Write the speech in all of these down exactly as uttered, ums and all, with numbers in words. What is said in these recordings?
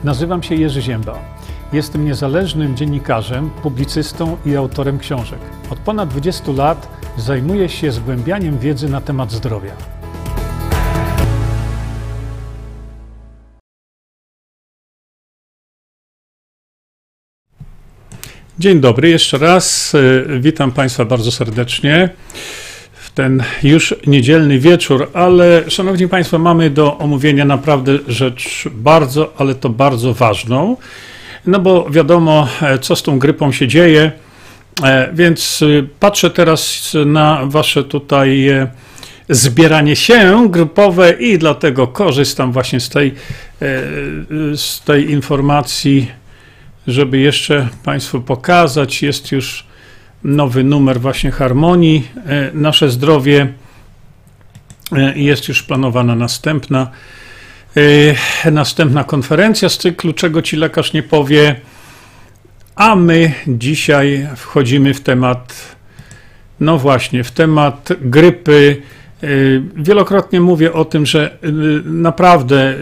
Nazywam się Jerzy Ziemba. Jestem niezależnym dziennikarzem, publicystą i autorem książek. Od ponad dwudziestu lat zajmuję się zgłębianiem wiedzy na temat zdrowia. Dzień dobry, jeszcze raz. Witam Państwa bardzo serdecznie w ten już niedzielny wieczór, ale szanowni Państwo, mamy do omówienia naprawdę rzecz bardzo, ale to bardzo ważną, no bo wiadomo, co z tą grypą się dzieje, więc patrzę teraz na Wasze tutaj zbieranie się grupowe i dlatego korzystam właśnie z tej, z tej informacji, żeby jeszcze Państwu pokazać. Jest już nowy numer właśnie Harmonii, Nasze Zdrowie. Jest już planowana następna, następna konferencja z cyklu Czego Ci lekarz nie powie, a my dzisiaj wchodzimy w temat, no właśnie, w temat grypy. Wielokrotnie mówię o tym, że naprawdę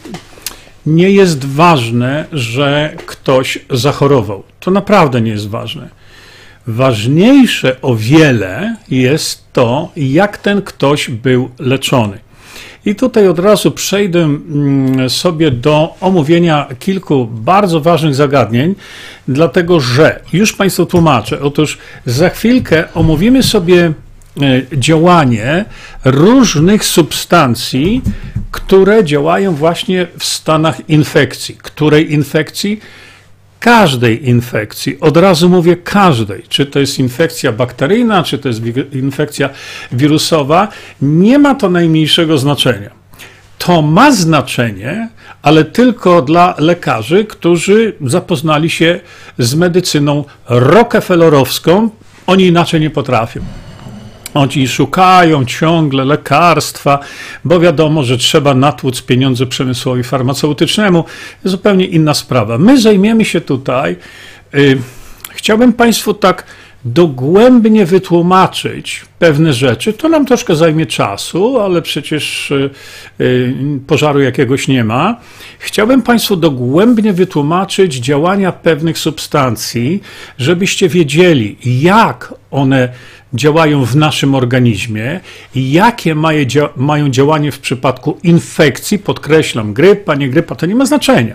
nie jest ważne, że ktoś zachorował. To naprawdę nie jest ważne. Ważniejsze o wiele jest to, jak ten ktoś był leczony. I tutaj od razu przejdę sobie do omówienia kilku bardzo ważnych zagadnień, dlatego że, już Państwu tłumaczę, otóż za chwilkę omówimy sobie działanie różnych substancji, które działają właśnie w stanach infekcji. Której infekcji? Każdej infekcji. Od razu mówię każdej. Czy to jest infekcja bakteryjna, czy to jest infekcja wirusowa, nie ma to najmniejszego znaczenia. To ma znaczenie, ale tylko dla lekarzy, którzy zapoznali się z medycyną rockefellerowską. Oni inaczej nie potrafią. Oni szukają ciągle lekarstwa, bo wiadomo, że trzeba natłuc pieniądze przemysłowi farmaceutycznemu. Zupełnie inna sprawa. My zajmiemy się tutaj, yy, chciałbym Państwu tak dogłębnie wytłumaczyć pewne rzeczy. To nam troszkę zajmie czasu, ale przecież yy, pożaru jakiegoś nie ma. Chciałbym Państwu dogłębnie wytłumaczyć działania pewnych substancji, żebyście wiedzieli, jak one działają w naszym organizmie, jakie mają działanie w przypadku infekcji, podkreślam, grypa, nie grypa, to nie ma znaczenia.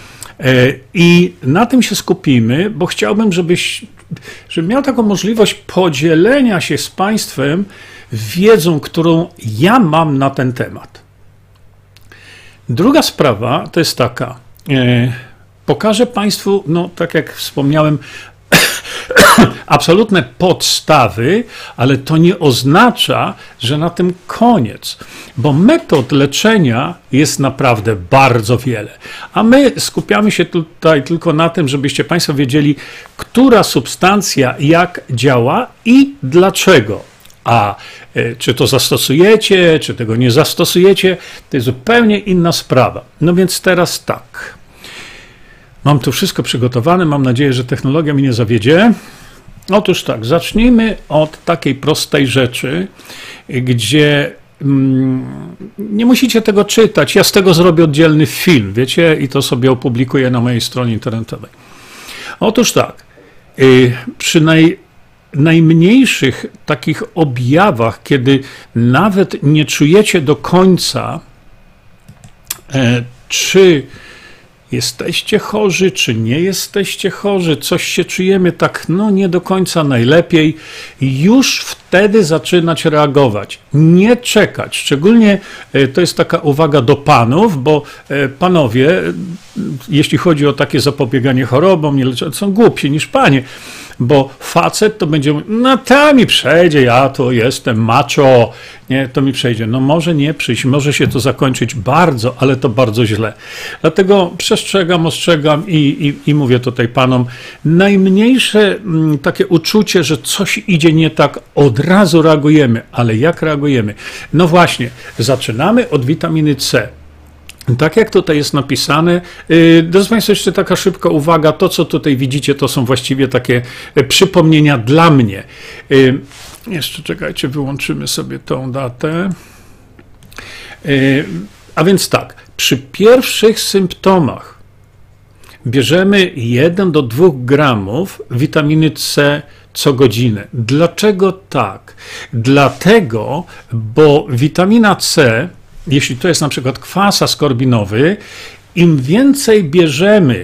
I na tym się skupimy, bo chciałbym, żebyś, żebym miał taką możliwość podzielenia się z Państwem wiedzą, którą ja mam na ten temat. Druga sprawa to jest taka, pokażę Państwu, no tak jak wspomniałem, absolutne podstawy, ale to nie oznacza, że na tym koniec, bo metod leczenia jest naprawdę bardzo wiele, a my skupiamy się tutaj tylko na tym, żebyście Państwo wiedzieli, która substancja jak działa i dlaczego. A czy to zastosujecie, czy tego nie zastosujecie, to jest zupełnie inna sprawa. No więc teraz tak. Mam tu wszystko przygotowane, mam nadzieję, że technologia mi nie zawiedzie. Otóż tak, zacznijmy od takiej prostej rzeczy, gdzie mm, nie musicie tego czytać, ja z tego zrobię oddzielny film, wiecie, i to sobie opublikuję na mojej stronie internetowej. Otóż tak, yy, przy naj, najmniejszych takich objawach, kiedy nawet nie czujecie do końca, yy, czy jesteście chorzy, czy nie jesteście chorzy, coś się czujemy tak, no nie do końca najlepiej, już wtedy zaczynać reagować, nie czekać. Szczególnie to jest taka uwaga do panów, bo panowie, jeśli chodzi o takie zapobieganie chorobom, nie leczenie, są głupsi niż panie, bo facet to będzie mówił, no to mi przejdzie, ja to jestem macho, nie, to mi przejdzie. No może nie przyjść, może się to zakończyć bardzo, ale to bardzo źle. Dlatego przestrzegam, ostrzegam i, i, i mówię tutaj panom, najmniejsze m, takie uczucie, że coś idzie nie tak, od razu reagujemy. Ale jak reagujemy? No właśnie, zaczynamy od witaminy C. Tak jak tutaj jest napisane, drodzy Państwo, jeszcze taka szybka uwaga, to co tutaj widzicie, to są właściwie takie przypomnienia dla mnie. Jeszcze czekajcie, wyłączymy sobie tą datę. A więc tak, przy pierwszych symptomach bierzemy jeden do dwóch gramów witaminy C co godzinę. Dlaczego tak? Dlatego, bo witamina C, jeśli to jest na przykład kwas askorbinowy, im więcej bierzemy,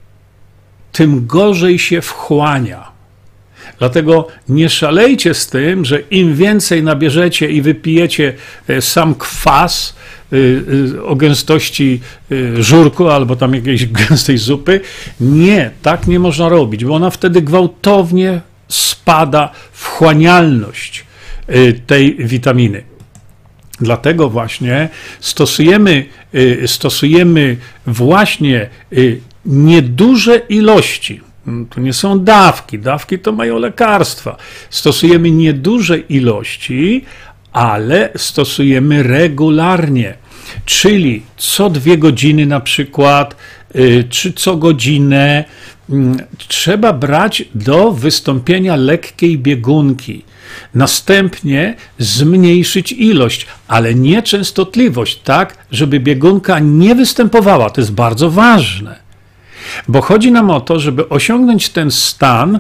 tym gorzej się wchłania. Dlatego nie szalejcie z tym, że im więcej nabierzecie i wypijecie sam kwas o gęstości żurku albo tam jakiejś gęstej zupy. Nie, tak nie można robić, bo ona wtedy gwałtownie spada wchłanialność tej witaminy. Dlatego właśnie stosujemy, stosujemy właśnie nieduże ilości. To nie są dawki, dawki to mają lekarstwa. Stosujemy nieduże ilości, ale stosujemy regularnie, czyli co dwie godziny na przykład, czy co godzinę trzeba brać do wystąpienia lekkiej biegunki. Następnie zmniejszyć ilość, ale nie częstotliwość, tak, żeby biegunka nie występowała. To jest bardzo ważne. Bo chodzi nam o to, żeby osiągnąć ten stan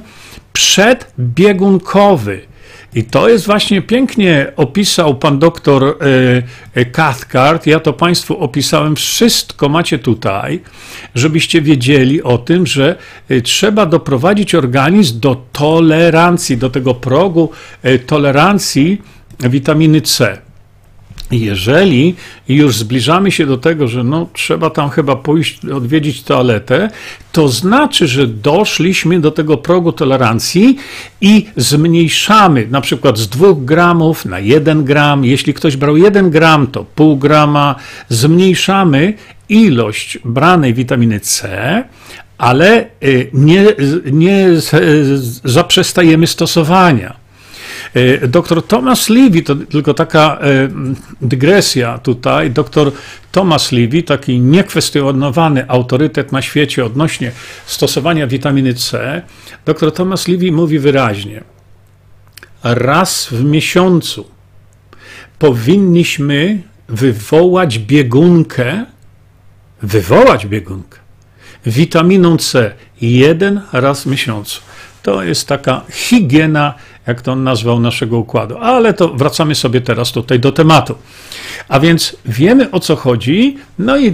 przedbiegunkowy. I to jest właśnie pięknie opisał pan doktor Cathcart. Ja to państwu opisałem, wszystko macie tutaj, żebyście wiedzieli o tym, że trzeba doprowadzić organizm do tolerancji, do tego progu tolerancji witaminy C. Jeżeli już zbliżamy się do tego, że no, trzeba tam chyba pójść, odwiedzić toaletę, to znaczy, że doszliśmy do tego progu tolerancji i zmniejszamy na przykład z dwóch gramów na jeden gram. Jeśli ktoś brał jeden gram, to pół grama. Zmniejszamy ilość branej witaminy C, ale nie, nie zaprzestajemy stosowania. Doktor Thomas Levy, to tylko taka dygresja tutaj, doktor Thomas Levy, taki niekwestionowany autorytet na świecie odnośnie stosowania witaminy C, doktor Thomas Levy mówi wyraźnie, raz w miesiącu powinniśmy wywołać biegunkę, wywołać biegunkę witaminą C jeden raz w miesiącu. To jest taka higiena, jak to on nazwał, naszego układu. Ale to wracamy sobie teraz tutaj do tematu. A więc wiemy, o co chodzi. No i,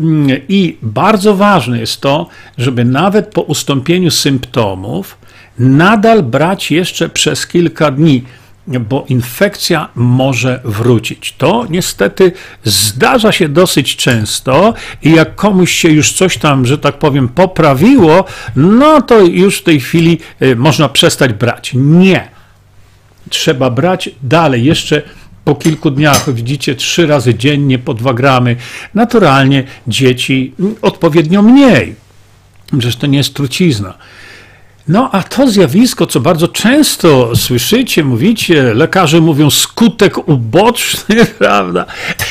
i bardzo ważne jest to, żeby nawet po ustąpieniu symptomów nadal brać jeszcze przez kilka dni, bo infekcja może wrócić. To niestety zdarza się dosyć często i jak komuś się już coś tam, że tak powiem, poprawiło, no to już w tej chwili można przestać brać. Nie. Trzeba brać dalej, jeszcze po kilku dniach, widzicie, trzy razy dziennie po dwa gramy. Naturalnie dzieci odpowiednio mniej. Przecież to nie jest trucizna. No a to zjawisko, co bardzo często słyszycie, mówicie, lekarze mówią skutek uboczny, prawda?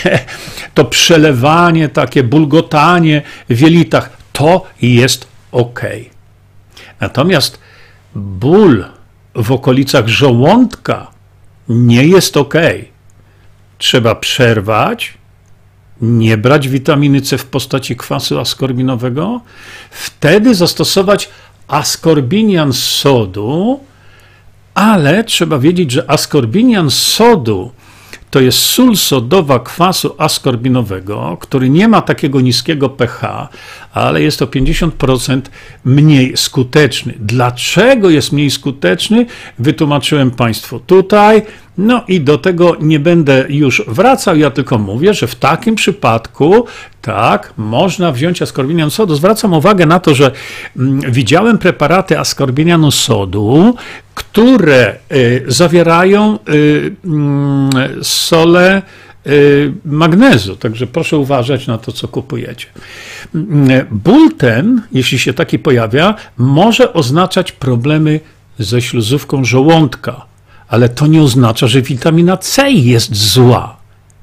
To przelewanie, takie bulgotanie w jelitach, to jest ok. Natomiast ból w okolicach żołądka nie jest ok. Trzeba przerwać, nie brać witaminy C w postaci kwasu askorbinowego, wtedy zastosować askorbinian sodu, ale trzeba wiedzieć, że askorbinian sodu to jest sól sodowa kwasu askorbinowego, który nie ma takiego niskiego pH, ale jest o pięćdziesiąt procent mniej skuteczny. Dlaczego jest mniej skuteczny? Wytłumaczyłem państwu tutaj. No i do tego nie będę już wracał, ja tylko mówię, że w takim przypadku tak, można wziąć askorbinian sodu. Zwracam uwagę na to, że mm, widziałem preparaty askorbinianu sodu, które y, zawierają y, y, sole y, magnezu, także proszę uważać na to, co kupujecie. Ból ten, jeśli się taki pojawia, może oznaczać problemy ze śluzówką żołądka. Ale to nie oznacza, że witamina C jest zła.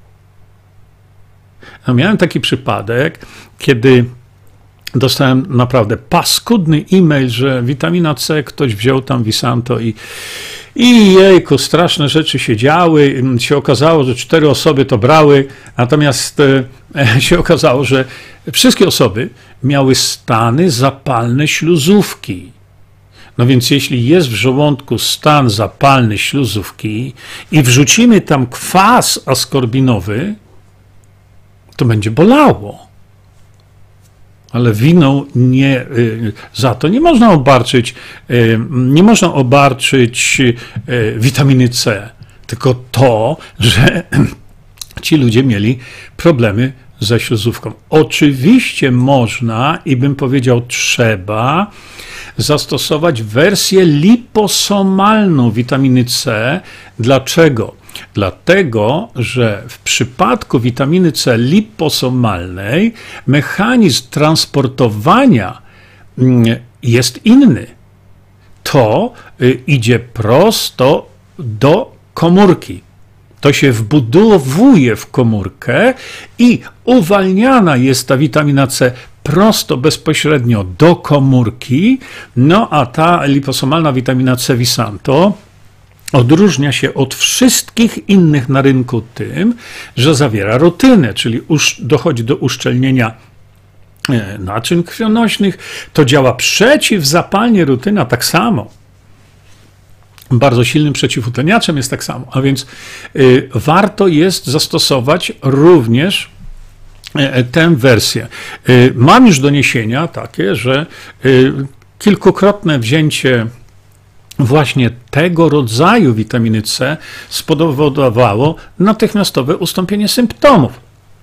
No, miałem taki przypadek, kiedy dostałem naprawdę paskudny e-mail, że witamina C ktoś wziął tam Visanto i, i jejku, straszne rzeczy się działy. Się okazało, że cztery osoby to brały, natomiast e, się okazało, że wszystkie osoby miały stany zapalne śluzówki. No więc jeśli jest w żołądku stan zapalny śluzówki i wrzucimy tam kwas askorbinowy, to będzie bolało. Ale winą nie, za to nie można obarczyć, nie można obarczyć witaminy C, tylko to, że ci ludzie mieli problemy ze śluzówką. Oczywiście można i bym powiedział trzeba zastosować wersję liposomalną witaminy C. Dlaczego? Dlatego, że w przypadku witaminy C liposomalnej mechanizm transportowania jest inny. To idzie prosto do komórki. To się wbudowuje w komórkę i uwalniana jest ta witamina C prosto, bezpośrednio do komórki, no a ta liposomalna witamina C Visanto odróżnia się od wszystkich innych na rynku tym, że zawiera rutynę, czyli dochodzi do uszczelnienia naczyń krwionośnych, to działa przeciwzapalnie, rutyna tak samo. Bardzo silnym przeciwutleniaczem jest tak samo, a więc y, warto jest zastosować również y, tę wersję. Y, mam już doniesienia takie, że y, kilkukrotne wzięcie właśnie tego rodzaju witaminy C spowodowało natychmiastowe ustąpienie symptomów.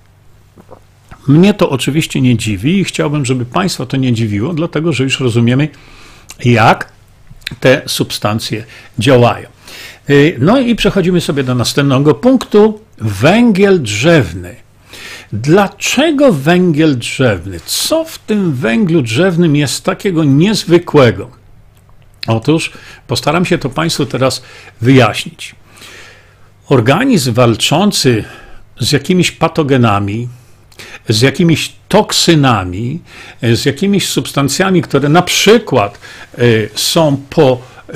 Mnie to oczywiście nie dziwi i chciałbym, żeby Państwa to nie dziwiło, dlatego że już rozumiemy, jak te substancje działają. No i przechodzimy sobie do następnego punktu. Węgiel drzewny. Dlaczego węgiel drzewny? Co w tym węglu drzewnym jest takiego niezwykłego? Otóż postaram się to Państwu teraz wyjaśnić. Organizm walczący z jakimiś patogenami, z jakimiś toksynami, z jakimiś substancjami, które na przykład y, są po y,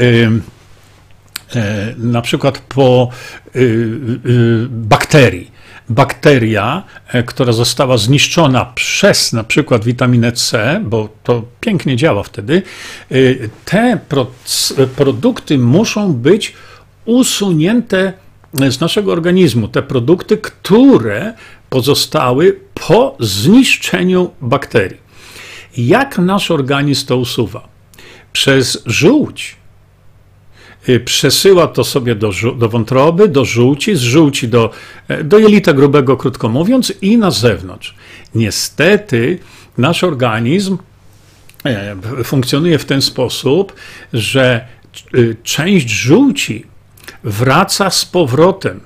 y, na przykład po y, y, bakterii. Bakteria, y, która została zniszczona przez na przykład witaminę C, bo to pięknie działa wtedy, y, te pro, produkty muszą być usunięte z naszego organizmu. Te produkty, które pozostały po zniszczeniu bakterii. Jak nasz organizm to usuwa? Przez żółć. Przesyła to sobie do, do wątroby, do żółci, z żółci do, do jelita grubego, krótko mówiąc, i na zewnątrz. Niestety nasz organizm funkcjonuje w ten sposób, że część żółci wraca z powrotem.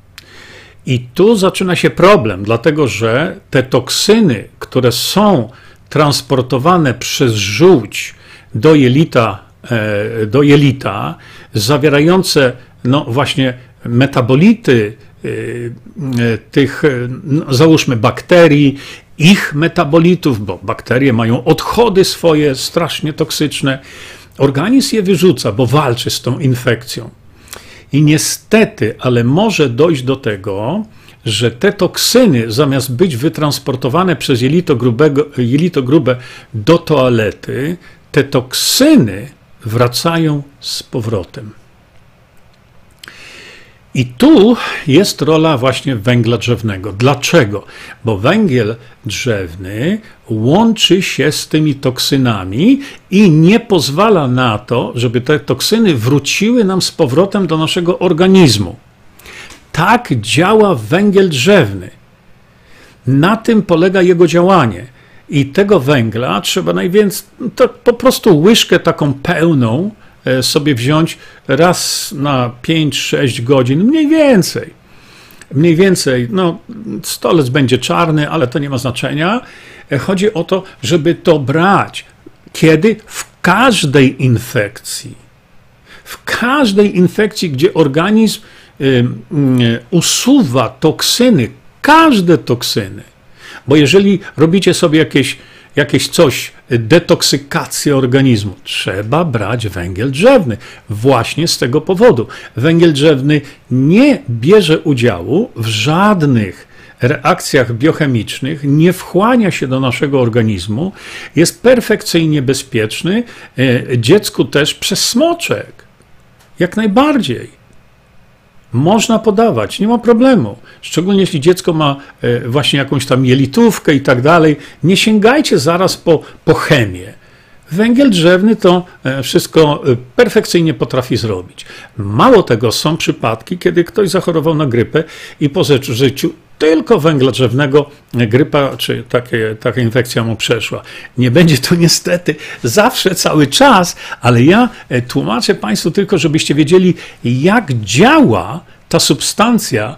I tu zaczyna się problem, dlatego że te toksyny, które są transportowane przez żółć do jelita, do jelita zawierające no właśnie metabolity tych, no załóżmy, bakterii, ich metabolitów, bo bakterie mają odchody swoje strasznie toksyczne, organizm je wyrzuca, bo walczy z tą infekcją. I niestety, ale może dojść do tego, że te toksyny, zamiast być wytransportowane przez jelito, grubego, jelito grube do toalety, te toksyny wracają z powrotem. I tu jest rola właśnie węgla drzewnego. Dlaczego? Bo węgiel drzewny łączy się z tymi toksynami i nie pozwala na to, żeby te toksyny wróciły nam z powrotem do naszego organizmu. Tak działa węgiel drzewny. Na tym polega jego działanie. I tego węgla trzeba najwięcej, to po prostu łyżkę taką pełną sobie wziąć raz na pięć sześć godzin, mniej więcej. Mniej więcej, no stolec będzie czarny, ale to nie ma znaczenia. Chodzi o to, żeby to brać. Kiedy? W każdej infekcji. W każdej infekcji, gdzie organizm y, y, usuwa toksyny, każde toksyny. Bo jeżeli robicie sobie jakieś jakieś coś, detoksykację organizmu, trzeba brać węgiel drzewny. Właśnie z tego powodu. Węgiel drzewny nie bierze udziału w żadnych reakcjach biochemicznych, nie wchłania się do naszego organizmu, jest perfekcyjnie bezpieczny dziecku też przez smoczek. Jak najbardziej. Można podawać, nie ma problemu. Szczególnie jeśli dziecko ma właśnie jakąś tam jelitówkę i tak dalej. Nie sięgajcie zaraz po, po chemię. Węgiel drzewny to wszystko perfekcyjnie potrafi zrobić. Mało tego, są przypadki, kiedy ktoś zachorował na grypę i po życiu tylko węgla drzewnego grypa czy takie, taka infekcja mu przeszła. Nie będzie to niestety zawsze, cały czas, ale ja tłumaczę Państwu tylko, żebyście wiedzieli, jak działa ta substancja,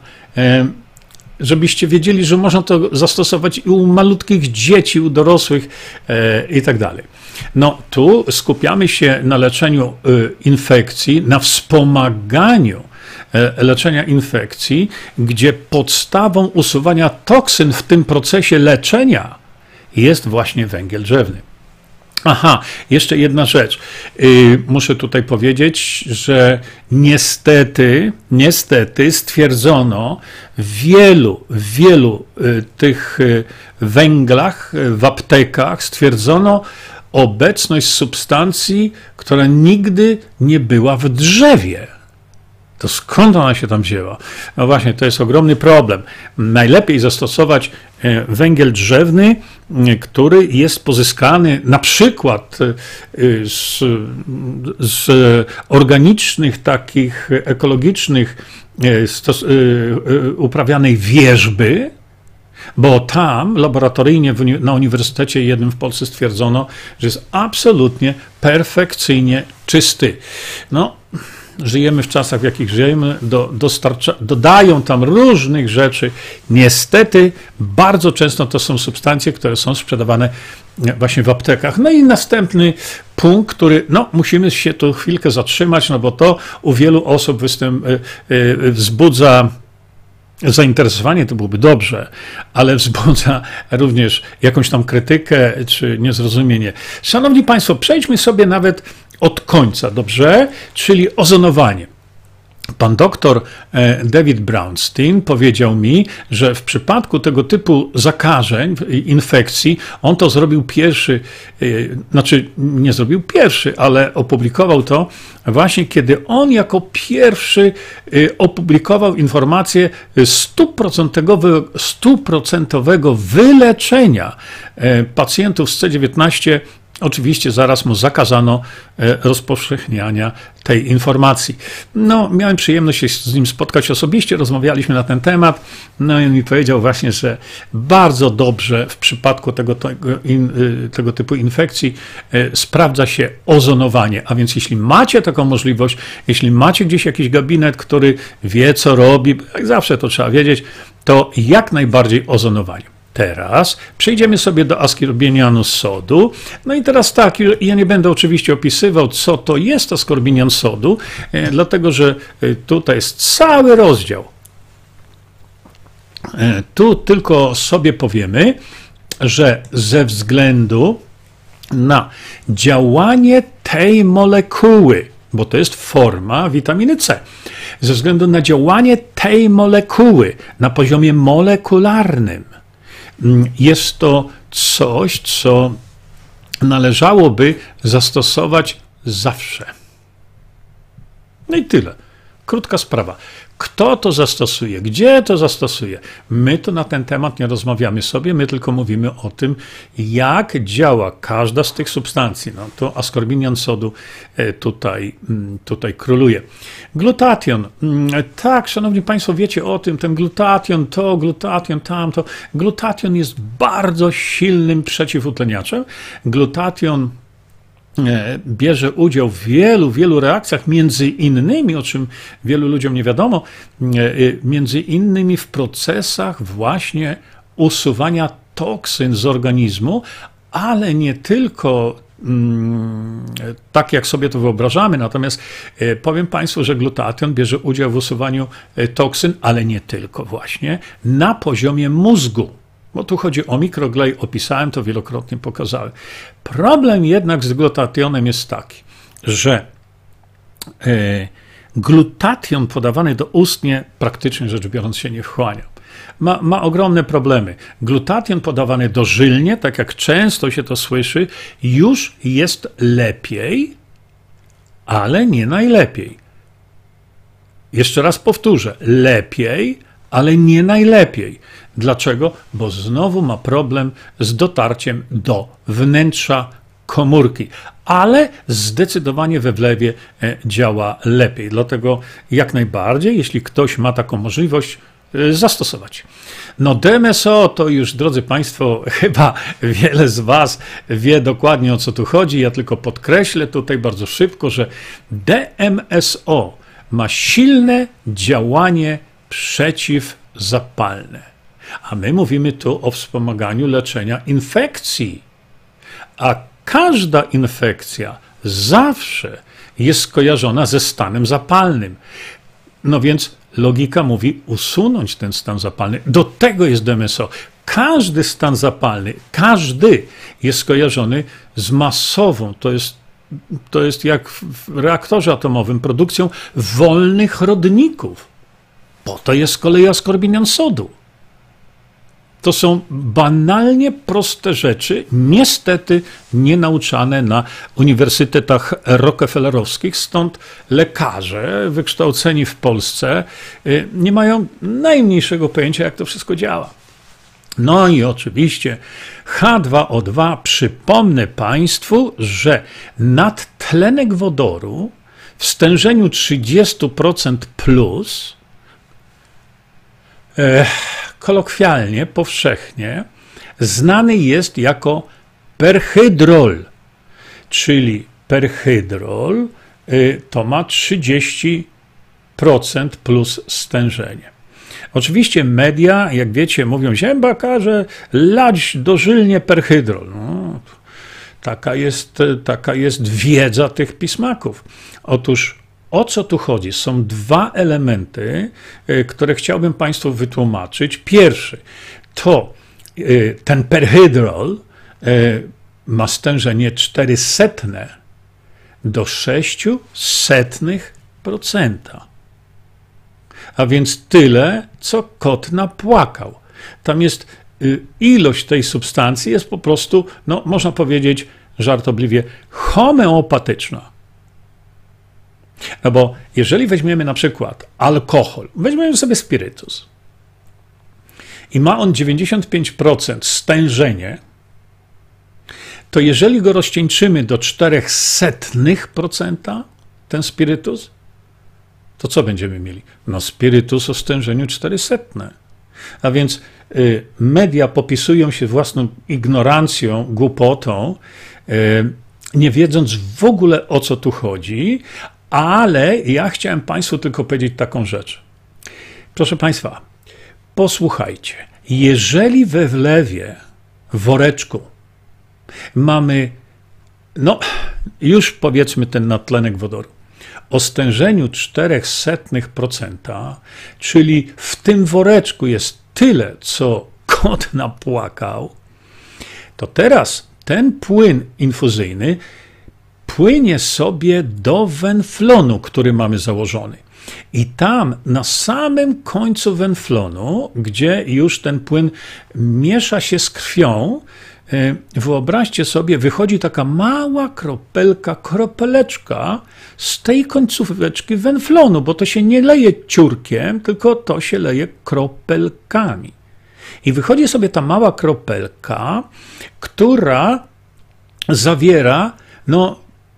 żebyście wiedzieli, że można to zastosować i u malutkich dzieci, u dorosłych i tak dalej. No tu skupiamy się na leczeniu infekcji, na wspomaganiu leczenia infekcji, gdzie podstawą usuwania toksyn w tym procesie leczenia jest właśnie węgiel drzewny. Aha, jeszcze jedna rzecz. Muszę tutaj powiedzieć, że niestety, niestety stwierdzono w wielu, w wielu tych węglach w aptekach stwierdzono obecność substancji, która nigdy nie była w drzewie. To skąd ona się tam wzięła? No właśnie, to jest ogromny problem. Najlepiej zastosować węgiel drzewny, który jest pozyskany na przykład z, z organicznych, takich ekologicznych, stos, uprawianej wierzby, bo tam laboratoryjnie na uniwersytecie jednym w Polsce stwierdzono, że jest absolutnie perfekcyjnie czysty. No, żyjemy w czasach, w jakich żyjemy, do, dostarcza, dodają tam różnych rzeczy. Niestety bardzo często to są substancje, które są sprzedawane właśnie w aptekach. No i następny punkt, który, no musimy się tu chwilkę zatrzymać, no bo to u wielu osób występ, wzbudza zainteresowanie, to byłoby dobrze, ale wzbudza również jakąś tam krytykę czy niezrozumienie. Szanowni Państwo, przejdźmy sobie nawet od końca, dobrze? Czyli ozonowanie. Pan doktor David Brownstein powiedział mi, że w przypadku tego typu zakażeń, infekcji, on to zrobił pierwszy, znaczy nie zrobił pierwszy, ale opublikował to właśnie, kiedy on jako pierwszy opublikował informację stuprocentowego, stuprocentowego wyleczenia pacjentów z C dziewiętnaście. Oczywiście zaraz mu zakazano rozpowszechniania tej informacji. No, miałem przyjemność się z nim spotkać osobiście, rozmawialiśmy na ten temat, no i on mi powiedział właśnie, że bardzo dobrze w przypadku tego, tego, in, tego typu infekcji sprawdza się ozonowanie, a więc jeśli macie taką możliwość, jeśli macie gdzieś jakiś gabinet, który wie, co robi, jak zawsze to trzeba wiedzieć, to jak najbardziej ozonowanie. Teraz przejdziemy sobie do Ascorbinianu sodu. No i teraz tak, ja nie będę oczywiście opisywał, co to jest Ascorbinian sodu, dlatego że tutaj jest cały rozdział. Tu tylko sobie powiemy, że ze względu na działanie tej molekuły, bo to jest forma witaminy C, ze względu na działanie tej molekuły na poziomie molekularnym, jest to coś, co należałoby zastosować zawsze. No i tyle. Krótka sprawa. Kto to zastosuje? Gdzie to zastosuje? My to na ten temat nie rozmawiamy sobie, my tylko mówimy o tym, jak działa każda z tych substancji. No to Ascorbinian sodu tutaj, tutaj króluje. Glutation. Tak, szanowni Państwo, wiecie o tym, ten glutation to, glutation tamto. Glutation jest bardzo silnym przeciwutleniaczem. Glutation bierze udział w wielu, wielu reakcjach, między innymi, o czym wielu ludziom nie wiadomo, między innymi w procesach właśnie usuwania toksyn z organizmu, ale nie tylko tak, jak sobie to wyobrażamy. Natomiast powiem Państwu, że glutation bierze udział w usuwaniu toksyn, ale nie tylko właśnie, na poziomie mózgu. Bo tu chodzi o mikroglej, opisałem to wielokrotnie, pokazałem. Problem jednak z glutationem jest taki, że e, glutation podawany do ustnie praktycznie rzecz biorąc się nie wchłania. ma, ma ogromne problemy. Glutation podawany dożylnie, tak jak często się to słyszy, już jest lepiej, ale nie najlepiej. Jeszcze raz powtórzę, lepiej, ale nie najlepiej. Dlaczego? Bo znowu ma problem z dotarciem do wnętrza komórki, ale zdecydowanie we wlewie działa lepiej. Dlatego jak najbardziej, jeśli ktoś ma taką możliwość, zastosować. No D M S O to już, drodzy Państwo, chyba wiele z Was wie dokładnie, o co tu chodzi. Ja tylko podkreślę tutaj bardzo szybko, że D M S O ma silne działanie przeciwzapalne. A my mówimy tu o wspomaganiu leczenia infekcji. A każda infekcja zawsze jest skojarzona ze stanem zapalnym. No więc logika mówi usunąć ten stan zapalny. Do tego jest D M S O. Każdy stan zapalny, każdy jest skojarzony z masową, to jest, to jest jak w reaktorze atomowym, produkcją wolnych rodników. Po to jest z kolei askorbinian sodu. To są banalnie proste rzeczy, niestety nienauczane na uniwersytetach rockefellerowskich, stąd lekarze wykształceni w Polsce nie mają najmniejszego pojęcia, jak to wszystko działa. No i oczywiście H dwa O dwa, przypomnę Państwu, że nadtlenek wodoru w stężeniu trzydzieści procent plus, e, kolokwialnie, powszechnie, znany jest jako perhydrol, czyli perhydrol y, to ma trzydzieści procent plus stężenie. Oczywiście media, jak wiecie, mówią, Zięba każe lać dożylnie perhydrol. No, taka jest, taka jest wiedza tych pismaków. Otóż o co tu chodzi? Są dwa elementy, które chciałbym Państwu wytłumaczyć. Pierwszy to ten perhydrol ma stężenie czterysta do sześćset procent. A więc tyle, co kot napłakał. Tam jest ilość tej substancji jest po prostu, no można powiedzieć żartobliwie, homeopatyczna. No bo jeżeli weźmiemy na przykład alkohol, weźmiemy sobie spirytus i ma on dziewięćdziesiąt pięć procent stężenie, to jeżeli go rozcieńczymy do czterysta procent ten spirytus, to co będziemy mieli? No spirytus o stężeniu czterysta. A więc y, media popisują się własną ignorancją, głupotą, y, nie wiedząc w ogóle, o co tu chodzi, ale ja chciałem Państwu tylko powiedzieć taką rzecz. Proszę Państwa, posłuchajcie. Jeżeli we wlewie, w woreczku mamy, no już powiedzmy ten nadtlenek wodoru, o stężeniu czterysta procent, czyli w tym woreczku jest tyle, co kot napłakał, to teraz ten płyn infuzyjny płynie sobie do wenflonu, który mamy założony. I tam na samym końcu wenflonu, gdzie już ten płyn miesza się z krwią, wyobraźcie sobie, wychodzi taka mała kropelka, kropeleczka z tej końcóweczki wenflonu, bo to się nie leje ciurkiem, tylko to się leje kropelkami. I wychodzi sobie ta mała kropelka, która zawiera, no,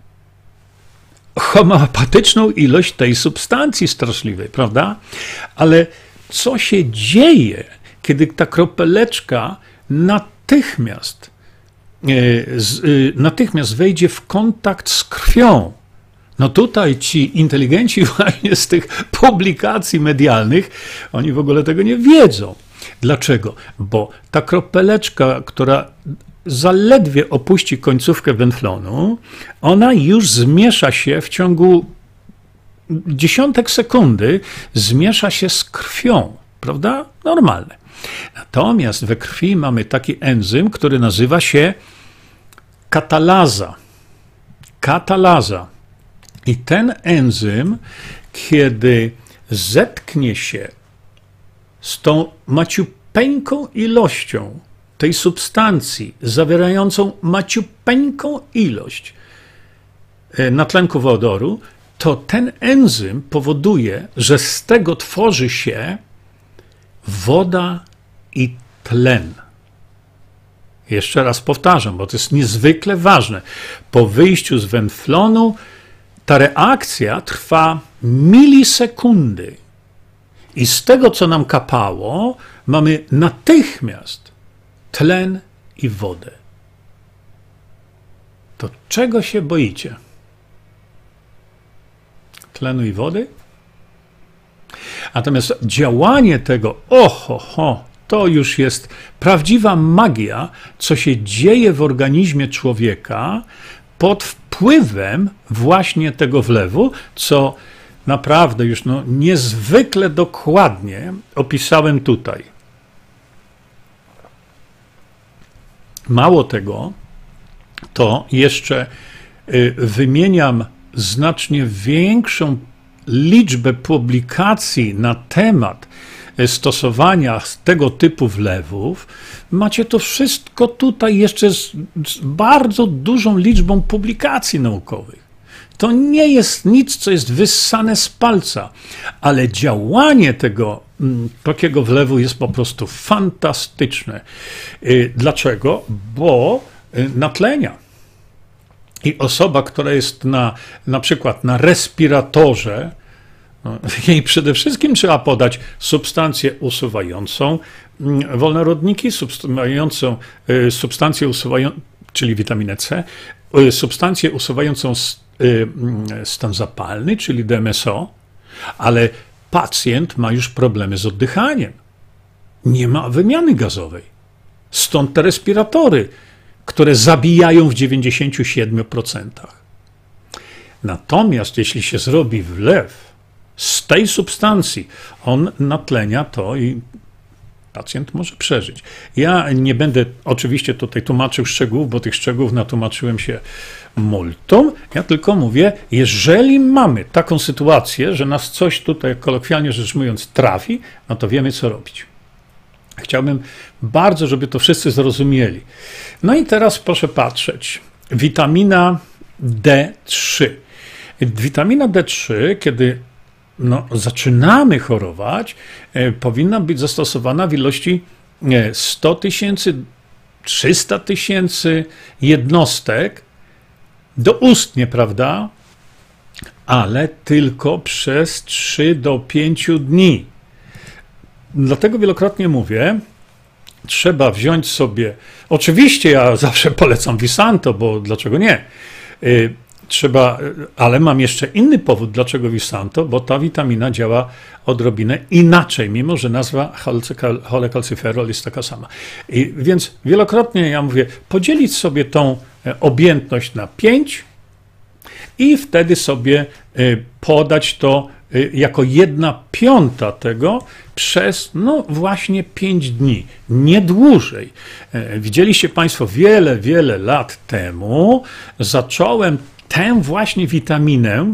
homeopatyczną ilość tej substancji straszliwej, prawda? Ale co się dzieje, kiedy ta kropeleczka natychmiast, natychmiast wejdzie w kontakt z krwią? No tutaj ci inteligenci właśnie z tych publikacji medialnych, oni w ogóle tego nie wiedzą. Dlaczego? Bo ta kropeleczka, która zaledwie opuści końcówkę wenflonu, ona już zmiesza się w ciągu dziesiątek sekundy, zmiesza się z krwią, prawda? Normalne. Natomiast we krwi mamy taki enzym, który nazywa się katalaza. Katalaza. I ten enzym, kiedy zetknie się z tą maciupeńką ilością tej substancji, zawierającą maciupeńką ilość natlenku wodoru, to ten enzym powoduje, że z tego tworzy się woda i tlen. Jeszcze raz powtarzam, bo to jest niezwykle ważne. Po wyjściu z wenflonu ta reakcja trwa milisekundy. I z tego, co nam kapało, mamy natychmiast tlen i wodę. To czego się boicie? Tlenu i wody? Natomiast działanie tego, oho, ho, to już jest prawdziwa magia, co się dzieje w organizmie człowieka pod wpływem właśnie tego wlewu, co naprawdę już no, niezwykle dokładnie opisałem tutaj. Mało tego, to jeszcze y, wymieniam znacznie większą liczbę publikacji na temat stosowania tego typu wlewów. Macie to wszystko tutaj jeszcze z, z bardzo dużą liczbą publikacji naukowych. To nie jest nic, co jest wyssane z palca, ale działanie tego m, takiego wlewu jest po prostu fantastyczne. Y, dlaczego? Bo y, natlenia. I osoba, która jest na, na przykład na respiratorze, no, jej przede wszystkim trzeba podać substancję usuwającą wolnorodniki, substancją, substancję usuwającą, czyli witaminę C, substancję usuwającą stan zapalny, czyli D M S O, ale pacjent ma już problemy z oddychaniem. Nie ma wymiany gazowej. Stąd te respiratory, które zabijają w dziewięćdziesięciu siedmiu procentach. Natomiast jeśli się zrobi wlew z tej substancji, on natlenia to i pacjent może przeżyć. Ja nie będę oczywiście tutaj tłumaczył szczegółów, bo tych szczegółów natłumaczyłem się multum. Ja tylko mówię, jeżeli mamy taką sytuację, że nas coś tutaj, kolokwialnie rzecz mówiąc, trafi, no to wiemy, co robić. Chciałbym bardzo, żeby to wszyscy zrozumieli. No i teraz proszę patrzeć. Witamina D trzy. Witamina D trzy, kiedy no, zaczynamy chorować, e, powinna być zastosowana w ilości e, sto tysięcy, trzysta tysięcy jednostek doustnie, prawda? Ale tylko przez trzy do pięciu dni. Dlatego wielokrotnie mówię, trzeba wziąć sobie, oczywiście ja zawsze polecam Visanto, bo dlaczego nie? Y, trzeba, ale mam jeszcze inny powód, dlaczego Visanto, bo ta witamina działa odrobinę inaczej, mimo że nazwa cholecalciferol jest taka sama. I więc wielokrotnie ja mówię, podzielić sobie tą objętność na pięć i wtedy sobie y, podać to jako jedna piąta tego przez, no właśnie pięć dni, nie dłużej. Widzieliście Państwo, wiele, wiele lat temu zacząłem tę właśnie witaminę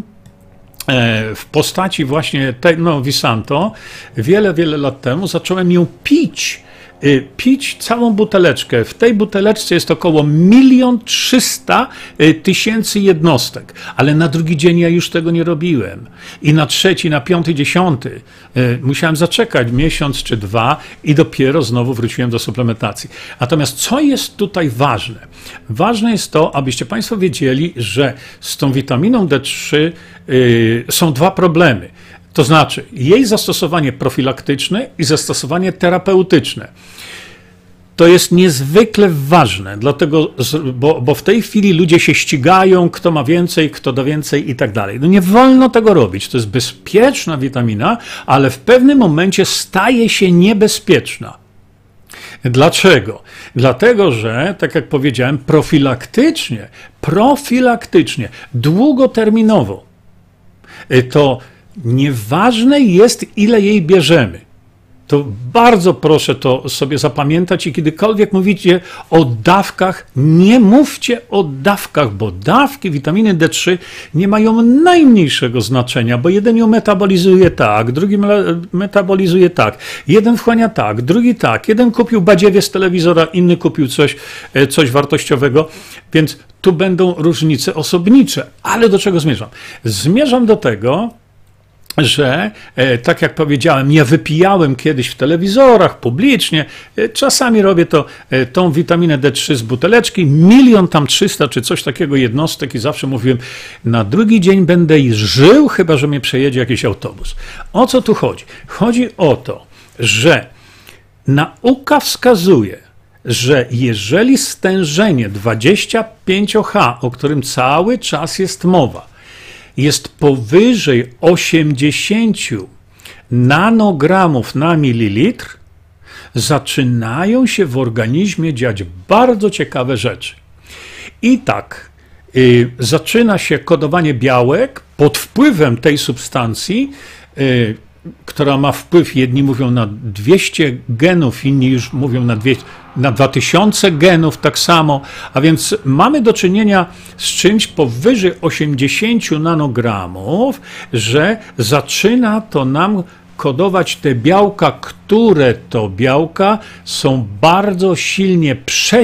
w postaci właśnie tego, no Visanto, wiele, wiele lat temu zacząłem ją pić. Pić całą buteleczkę. W tej buteleczce jest około milion trzysta tysięcy jednostek, ale na drugi dzień ja już tego nie robiłem. I na trzeci, na piąty, dziesiąty musiałem zaczekać miesiąc czy dwa i dopiero znowu wróciłem do suplementacji. Natomiast co jest tutaj ważne? Ważne jest to, abyście Państwo wiedzieli, że z tą witaminą D trzy yy, są dwa problemy. To znaczy jej zastosowanie profilaktyczne i zastosowanie terapeutyczne. To jest niezwykle ważne, dlatego, bo, bo w tej chwili ludzie się ścigają, kto ma więcej, kto da więcej i tak dalej. No nie wolno tego robić. To jest bezpieczna witamina, ale w pewnym momencie staje się niebezpieczna. Dlaczego? Dlatego, że, tak jak powiedziałem, profilaktycznie, profilaktycznie, długoterminowo, to nieważne jest, ile jej bierzemy. to bardzo proszę to sobie zapamiętać i kiedykolwiek mówicie o dawkach, nie mówcie o dawkach, bo dawki witaminy D trzy nie mają najmniejszego znaczenia, bo jeden ją metabolizuje tak, drugi metabolizuje tak, jeden wchłania tak, drugi tak, jeden kupił badziewie z telewizora, inny kupił coś, coś wartościowego, więc tu będą różnice osobnicze. Ale do czego zmierzam? Zmierzam do tego, że, e, tak jak powiedziałem, ja wypijałem kiedyś w telewizorach, publicznie, e, czasami robię to, e, tą witaminę D trzy z buteleczki, milion tam trzysta czy coś takiego jednostek i zawsze mówiłem, na drugi dzień będę żył, chyba że mnie przejedzie jakiś autobus. O co tu chodzi? Chodzi o to, że nauka wskazuje, że jeżeli stężenie dwadzieścia pięć H, o którym cały czas jest mowa, jest powyżej osiemdziesięciu nanogramów na mililitr, zaczynają się w organizmie dziać bardzo ciekawe rzeczy. I tak, y, zaczyna się kodowanie białek pod wpływem tej substancji, y, która ma wpływ, jedni mówią na dwieście genów, inni już mówią na, dwieście, na dwa tysiące genów, tak samo, a więc mamy do czynienia z czymś powyżej osiemdziesięciu nanogramów, że zaczyna to nam kodować te białka, które to białka są bardzo silnie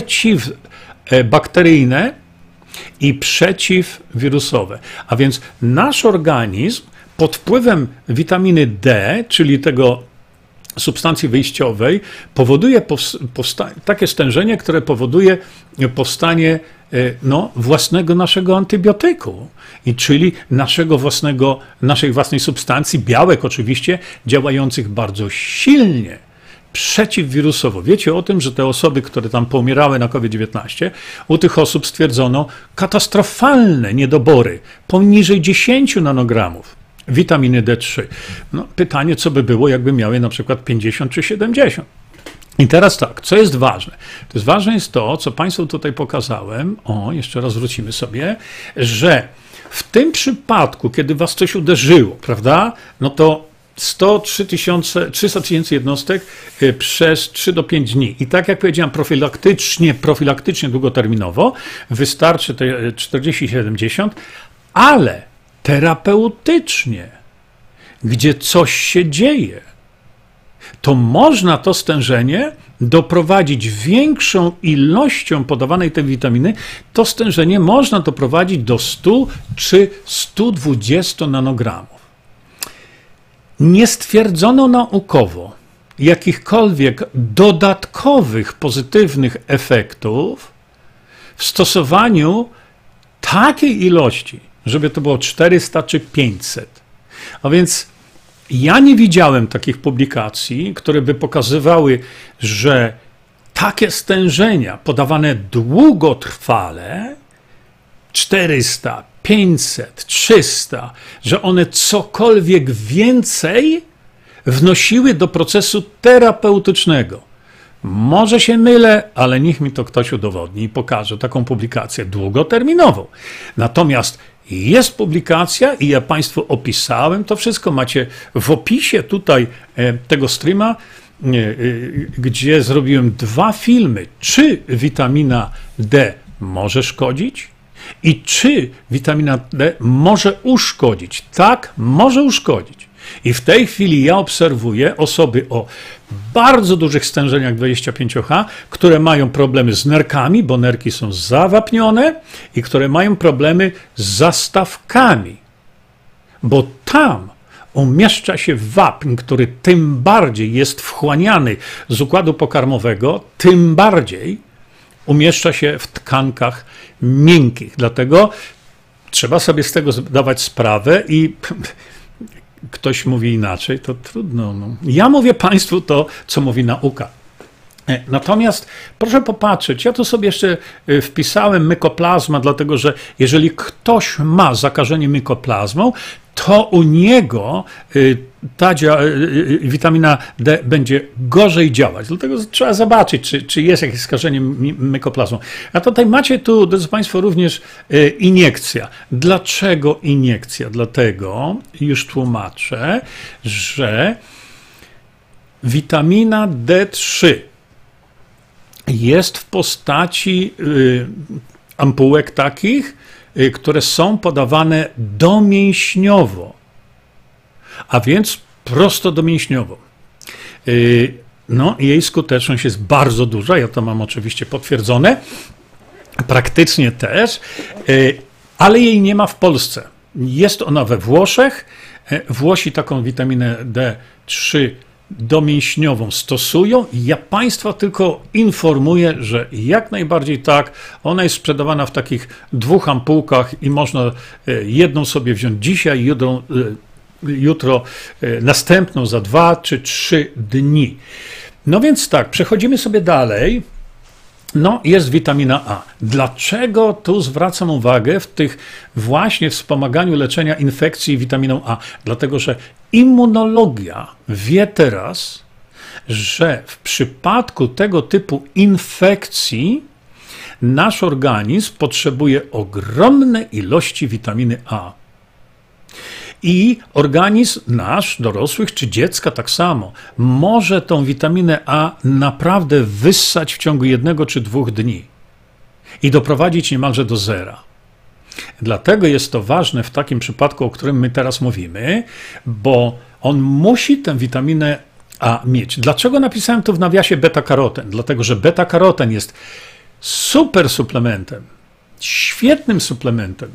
przeciwbakteryjne i przeciwwirusowe. A więc nasz organizm pod wpływem witaminy D, czyli tego substancji wyjściowej, powoduje takie stężenie, które powoduje powstanie no, własnego naszego antybiotyku, i czyli naszego własnego, naszej własnej substancji, białek oczywiście, działających bardzo silnie przeciwwirusowo. Wiecie o tym, że te osoby, które tam poumierały na COVID dziewiętnaście, u tych osób stwierdzono katastrofalne niedobory poniżej dziesięciu nanogramów witaminy D trzy. No, pytanie, co by było, jakby miały na przykład pięćdziesiąt czy siedemdziesiąt. I teraz tak, co jest ważne? To jest ważne jest to, co Państwu tutaj pokazałem, o, jeszcze raz wrócimy sobie, że w tym przypadku, kiedy Was coś uderzyło, prawda, no to sto trzy tysiące, trzysta tysięcy jednostek przez trzy do pięciu dni. I tak jak powiedziałem, profilaktycznie, profilaktycznie długoterminowo wystarczy te czterdzieści siedemdziesiąt, ale terapeutycznie, gdzie coś się dzieje, to można to stężenie doprowadzić większą ilością podawanej tej witaminy, to stężenie można doprowadzić do stu czy stu dwudziestu nanogramów. Nie stwierdzono naukowo jakichkolwiek dodatkowych pozytywnych efektów w stosowaniu takiej ilości, żeby to było czterysta czy pięćset. A więc ja nie widziałem takich publikacji, które by pokazywały, że takie stężenia podawane długotrwale, czterysta, pięćset, trzysta, że one cokolwiek więcej wnosiły do procesu terapeutycznego. Może się mylę, ale niech mi to ktoś udowodni i pokaże taką publikację długoterminową. Natomiast jest publikacja i ja Państwu opisałem to wszystko. Macie w opisie tutaj tego streama, gdzie zrobiłem dwa filmy, czy witamina D może szkodzić i czy witamina D może uszkodzić. Tak, może uszkodzić. I w tej chwili ja obserwuję osoby o bardzo dużych stężeniach dwadzieścia pięć H, które mają problemy z nerkami, bo nerki są zawapnione, i które mają problemy z zastawkami, bo tam umieszcza się wapń, który tym bardziej jest wchłaniany z układu pokarmowego, tym bardziej umieszcza się w tkankach miękkich. Dlatego trzeba sobie z tego zdawać sprawę i ktoś mówi inaczej, to trudno. No. Ja mówię Państwu to, co mówi nauka. Natomiast proszę popatrzeć, ja tu sobie jeszcze wpisałem mykoplazma, dlatego że jeżeli ktoś ma zakażenie mykoplazmą, to u niego ta witamina D będzie gorzej działać. Dlatego trzeba zobaczyć, czy, czy jest jakieś skażenie mykoplazmą. A tutaj macie tu, drodzy Państwo, również iniekcja. Dlaczego iniekcja? Dlatego, już tłumaczę, że witamina D trzy jest w postaci y, ampułek takich, y, które są podawane domięśniowo, a więc prosto domięśniowo. Y, no, jej skuteczność jest bardzo duża, ja to mam oczywiście potwierdzone, praktycznie też, y, ale jej nie ma w Polsce. Jest ona we Włoszech. Włosi taką witaminę D trzy domięśniową stosują. Ja Państwa tylko informuję, że jak najbardziej tak. Ona jest sprzedawana w takich dwóch ampułkach i można jedną sobie wziąć dzisiaj, jutro, jutro następną za dwa czy trzy dni. No więc tak, przechodzimy sobie dalej. No, jest witamina A. Dlaczego tu zwracam uwagę w tych właśnie wspomaganiu leczenia infekcji witaminą A? Dlatego, że immunologia wie teraz, że w przypadku tego typu infekcji nasz organizm potrzebuje ogromnej ilości witaminy A. I organizm nasz, dorosłych czy dziecka tak samo, może tą witaminę A naprawdę wyssać w ciągu jednego czy dwóch dni i doprowadzić niemalże do zera. Dlatego jest to ważne w takim przypadku, o którym my teraz mówimy, bo on musi tę witaminę A mieć. Dlaczego napisałem tu w nawiasie beta-karoten? Dlatego, że beta-karoten jest super suplementem, świetnym suplementem,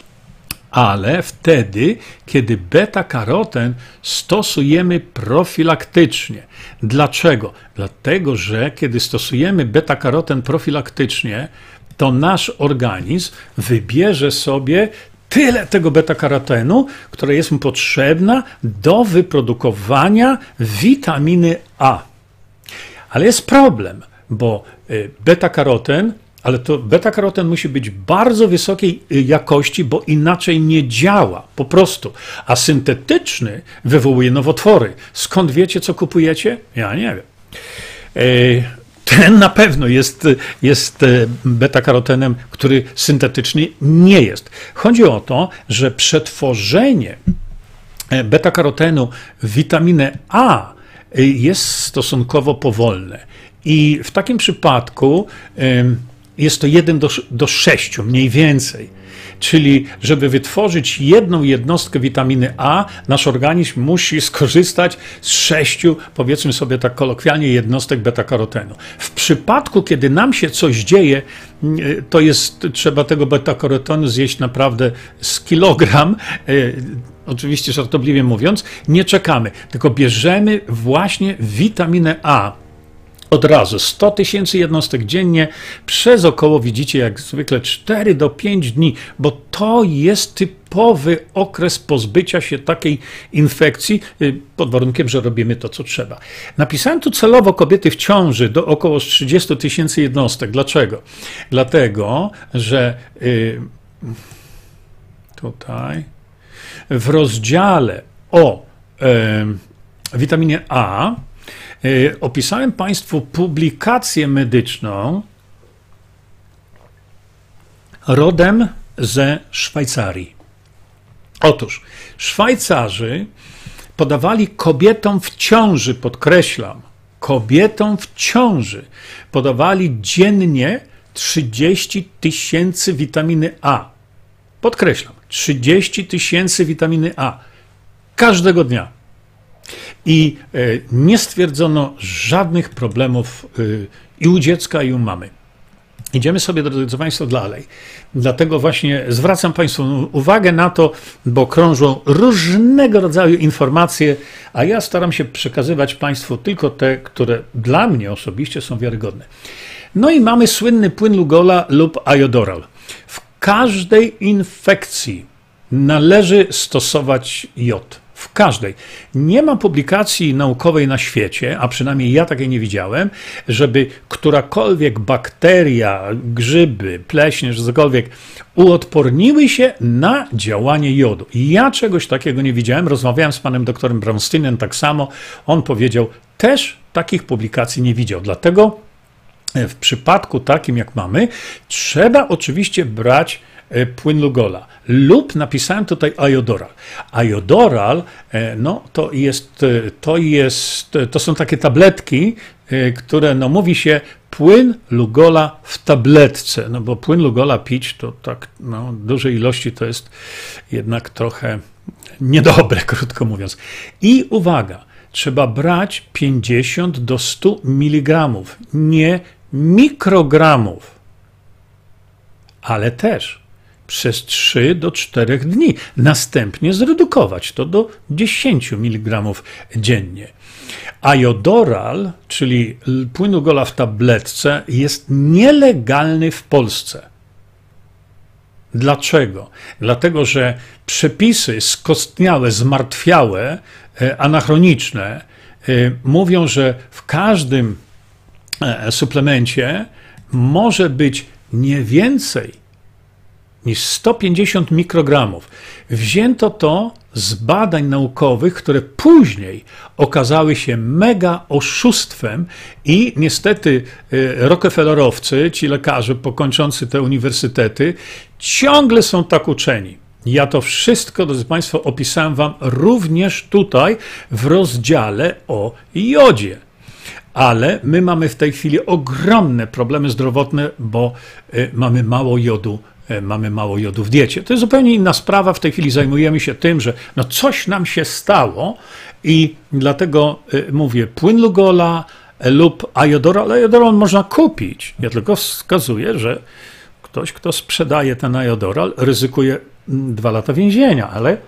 ale wtedy, kiedy beta-karoten stosujemy profilaktycznie. Dlaczego? Dlatego, że kiedy stosujemy beta-karoten profilaktycznie, to nasz organizm wybierze sobie tyle tego beta-karotenu, które jest mu potrzebna do wyprodukowania witaminy A. Ale jest problem, bo beta-karoten Ale to beta-karoten musi być bardzo wysokiej jakości, bo inaczej nie działa, po prostu. A syntetyczny wywołuje nowotwory. Skąd wiecie, co kupujecie? Ja nie wiem. Ten na pewno jest, jest beta-karotenem, który syntetyczny nie jest. Chodzi o to, że przetworzenie beta-karotenu w witaminę A jest stosunkowo powolne. I w takim przypadku jest to jeden do sześciu mniej więcej. Czyli żeby wytworzyć jedną jednostkę witaminy A, nasz organizm musi skorzystać z sześciu, powiedzmy sobie tak kolokwialnie, jednostek beta-karotenu. W przypadku, kiedy nam się coś dzieje, to jest, trzeba tego beta-karotenu zjeść naprawdę z kilogram, oczywiście żartobliwie mówiąc, nie czekamy, tylko bierzemy właśnie witaminę A. Od razu sto tysięcy jednostek dziennie przez około, widzicie, jak zwykle cztery do pięciu dni, bo to jest typowy okres pozbycia się takiej infekcji, pod warunkiem, że robimy to, co trzeba. Napisałem tu celowo kobiety w ciąży do około trzydziestu tysięcy jednostek. Dlaczego? Dlatego, że yy, tutaj w rozdziale o yy, witaminie A opisałem Państwu publikację medyczną rodem ze Szwajcarii. Otóż Szwajcarzy podawali kobietom w ciąży, podkreślam, kobietom w ciąży podawali dziennie trzydzieści tysięcy witaminy A. Podkreślam, trzydzieści tysięcy witaminy A każdego dnia. I nie stwierdzono żadnych problemów i u dziecka, i u mamy. Idziemy sobie, drodzy Państwo, dalej. Dlatego właśnie zwracam Państwu uwagę na to, bo krążą różnego rodzaju informacje, a ja staram się przekazywać Państwu tylko te, które dla mnie osobiście są wiarygodne. No i mamy słynny płyn Lugola lub Iodoral. W każdej infekcji należy stosować jod. W każdej. Nie ma publikacji naukowej na świecie, a przynajmniej ja takiej nie widziałem, żeby którakolwiek bakteria, grzyby, pleśnie, że cokolwiek uodporniły się na działanie jodu. Ja czegoś takiego nie widziałem. Rozmawiałem z panem doktorem Braunsteinem tak samo. On powiedział, też takich publikacji nie widział. Dlatego w przypadku takim jak mamy, trzeba oczywiście brać płyn Lugola lub napisałem tutaj Iodoral. Iodoral no, to, jest, to, jest, to są takie tabletki, które no, mówi się płyn Lugola w tabletce, no bo płyn Lugola pić to tak no, w dużej ilości to jest jednak trochę niedobre, krótko mówiąc. I uwaga, trzeba brać pięćdziesiąt do stu miligramów, nie mikrogramów, ale też przez trzy do czterech dni. Następnie zredukować to do dziesięciu miligramów dziennie. Iodoral, czyli płyn Lugola w tabletce, jest nielegalny w Polsce. Dlaczego? Dlatego, że przepisy skostniałe, zmartwiałe, anachroniczne mówią, że w każdym suplemencie może być nie więcej niż sto pięćdziesiąt mikrogramów. Wzięto to z badań naukowych, które później okazały się mega oszustwem i niestety Rockefellerowcy, ci lekarze pokończący te uniwersytety, ciągle są tak uczeni. Ja to wszystko, drodzy Państwo, opisałem Wam również tutaj w rozdziale o jodzie. Ale my mamy w tej chwili ogromne problemy zdrowotne, bo mamy mało jodu, mamy mało jodu w diecie. To jest zupełnie inna sprawa. W tej chwili zajmujemy się tym, że no coś nam się stało i dlatego mówię płyn Lugola lub Iodoral. Iodoral można kupić. Ja tylko wskazuję, że ktoś, kto sprzedaje ten Iodoral, ryzykuje dwa lata więzienia, ale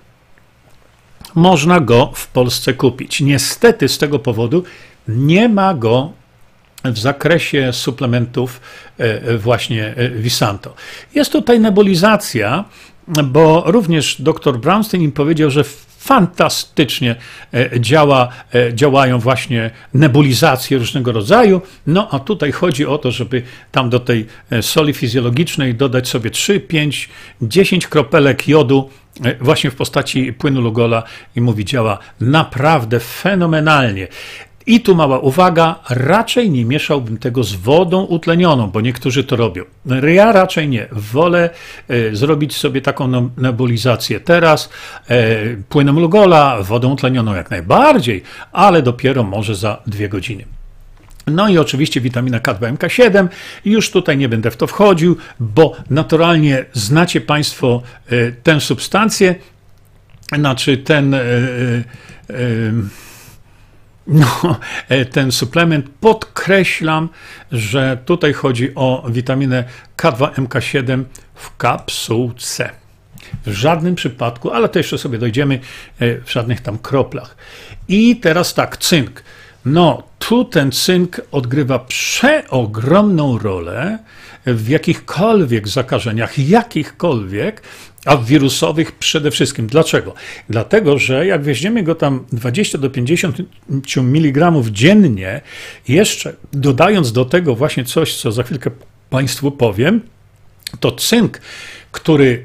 można go w Polsce kupić. Niestety z tego powodu nie ma go w zakresie suplementów właśnie Visanto. Jest tutaj nebulizacja, bo również dr Brownstein im powiedział, że fantastycznie działa, działają właśnie nebulizacje różnego rodzaju. No a tutaj chodzi o to, żeby tam do tej soli fizjologicznej dodać sobie trzy, pięć, dziesięć kropelek jodu właśnie w postaci płynu Lugola i mówi, działa naprawdę fenomenalnie. I tu mała uwaga, raczej nie mieszałbym tego z wodą utlenioną, bo niektórzy to robią. Ja raczej nie. Wolę e, zrobić sobie taką nebulizację teraz, e, płynem Lugola, wodą utlenioną jak najbardziej, ale dopiero może za dwie godziny. No i oczywiście witamina K dwa M K siedem. Już tutaj nie będę w to wchodził, bo naturalnie znacie Państwo e, tę substancję, znaczy ten... E, e, No, ten suplement, podkreślam, że tutaj chodzi o witaminę K dwa M K siedem w kapsułce. W żadnym przypadku, ale to jeszcze sobie dojdziemy, w żadnych tam kroplach. I teraz tak, cynk. No, tu ten cynk odgrywa przeogromną rolę w jakichkolwiek zakażeniach, jakichkolwiek, a w wirusowych przede wszystkim. Dlaczego? Dlatego, że jak weźmiemy go tam dwadzieścia do pięćdziesięciu miligramów dziennie, jeszcze dodając do tego właśnie coś, co za chwilkę Państwu powiem, to cynk, który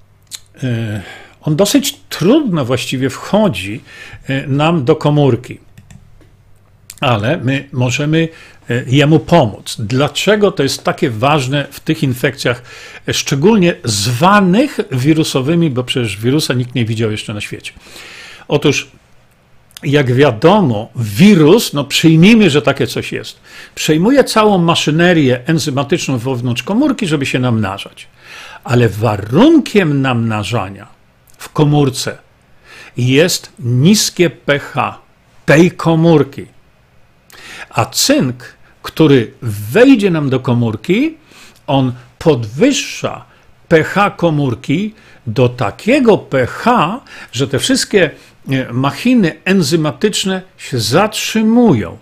on dosyć trudno właściwie wchodzi nam do komórki. Ale my możemy jemu pomóc. Dlaczego to jest takie ważne w tych infekcjach, szczególnie zwanych wirusowymi, bo przecież wirusa nikt nie widział jeszcze na świecie. Otóż, jak wiadomo, wirus, no przyjmijmy, że takie coś jest, przejmuje całą maszynerię enzymatyczną wewnątrz komórki, żeby się namnażać. Ale warunkiem namnażania w komórce jest niskie pH tej komórki. A cynk, który wejdzie nam do komórki, on podwyższa pH komórki do takiego pH, że te wszystkie machiny enzymatyczne się zatrzymują.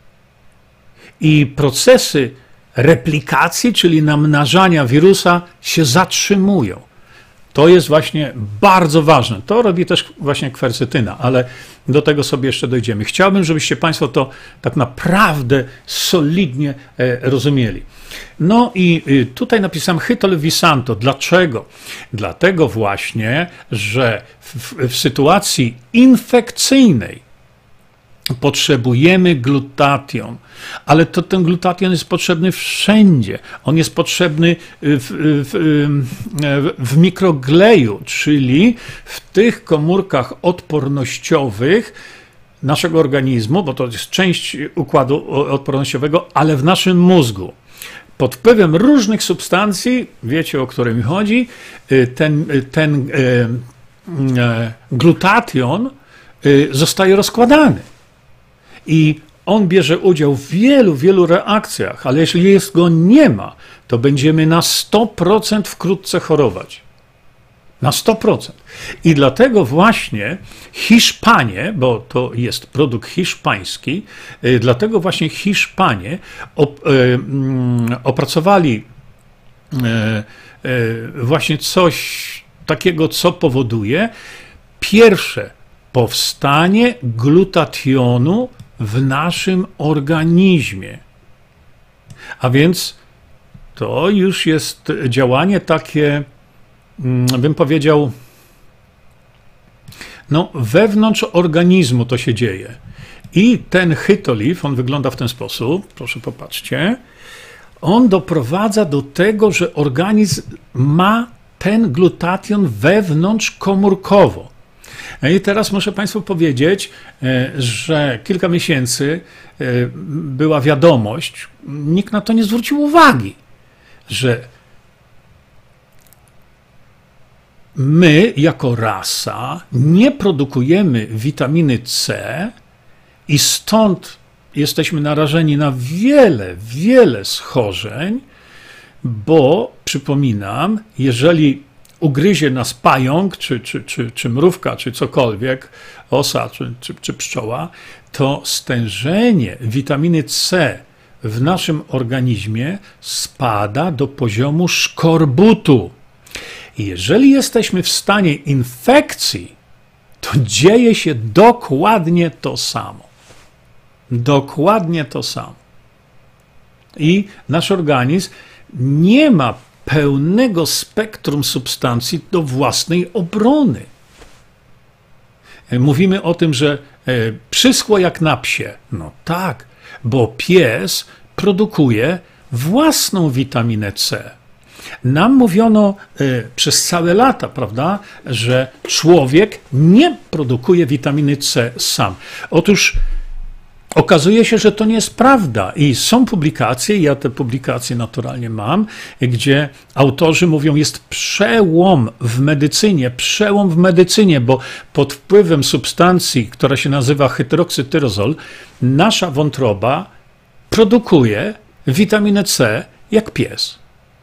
I procesy replikacji, czyli namnażania wirusa, się zatrzymują. To jest właśnie bardzo ważne. To robi też właśnie kwercetyna, ale do tego sobie jeszcze dojdziemy. Chciałbym, żebyście Państwo to tak naprawdę solidnie rozumieli. No i tutaj napisałem Hytol Visanto. Dlaczego? Dlatego właśnie, że w, w sytuacji infekcyjnej potrzebujemy glutation, ale to ten glutation jest potrzebny wszędzie. On jest potrzebny w, w, w mikrogleju, czyli w tych komórkach odpornościowych naszego organizmu, bo to jest część układu odpornościowego, ale w naszym mózgu. Pod wpływem różnych substancji, wiecie, o które mi chodzi, ten, ten glutation zostaje rozkładany. I on bierze udział w wielu, wielu reakcjach, ale jeśli jest go nie ma, to będziemy na sto procent wkrótce chorować. Na sto procent. I dlatego właśnie Hiszpanie, bo to jest produkt hiszpański, dlatego właśnie Hiszpanie op, e, opracowali e, e, właśnie coś takiego, co powoduje pierwsze powstanie glutationu w naszym organizmie. A więc to już jest działanie takie, bym powiedział, no wewnątrz organizmu to się dzieje. I ten chytoliv, on wygląda w ten sposób, proszę popatrzcie, on doprowadza do tego, że organizm ma ten glutation wewnątrzkomórkowo. I teraz muszę Państwu powiedzieć, że kilka miesięcy była wiadomość, nikt na to nie zwrócił uwagi, że my jako rasa nie produkujemy witaminy C i stąd jesteśmy narażeni na wiele, wiele schorzeń, bo przypominam, jeżeli ugryzie nas pająk, czy, czy, czy, czy mrówka, czy cokolwiek, osa, czy, czy, czy pszczoła, to stężenie witaminy C w naszym organizmie spada do poziomu szkorbutu. I jeżeli jesteśmy w stanie infekcji, to dzieje się dokładnie to samo. Dokładnie to samo. I nasz organizm nie ma pełnego spektrum substancji do własnej obrony. Mówimy o tym, że przyschło jak na psie. No tak, bo pies produkuje własną witaminę C. Nam mówiono przez całe lata, prawda, że człowiek nie produkuje witaminy C sam. Otóż okazuje się, że to nie jest prawda i są publikacje, ja te publikacje naturalnie mam, gdzie autorzy mówią, jest przełom w medycynie, przełom w medycynie, bo pod wpływem substancji, która się nazywa hydroksytyrozol, nasza wątroba produkuje witaminę C jak pies.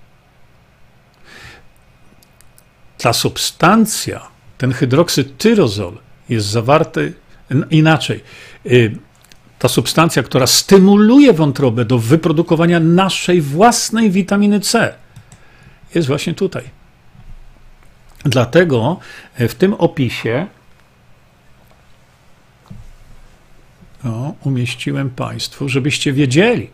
Ta substancja, ten hydroksytyrozol jest zawarty inaczej. Ta substancja, która stymuluje wątrobę do wyprodukowania naszej własnej witaminy C, jest właśnie tutaj. Dlatego w tym opisie o, umieściłem Państwu, żebyście wiedzieli,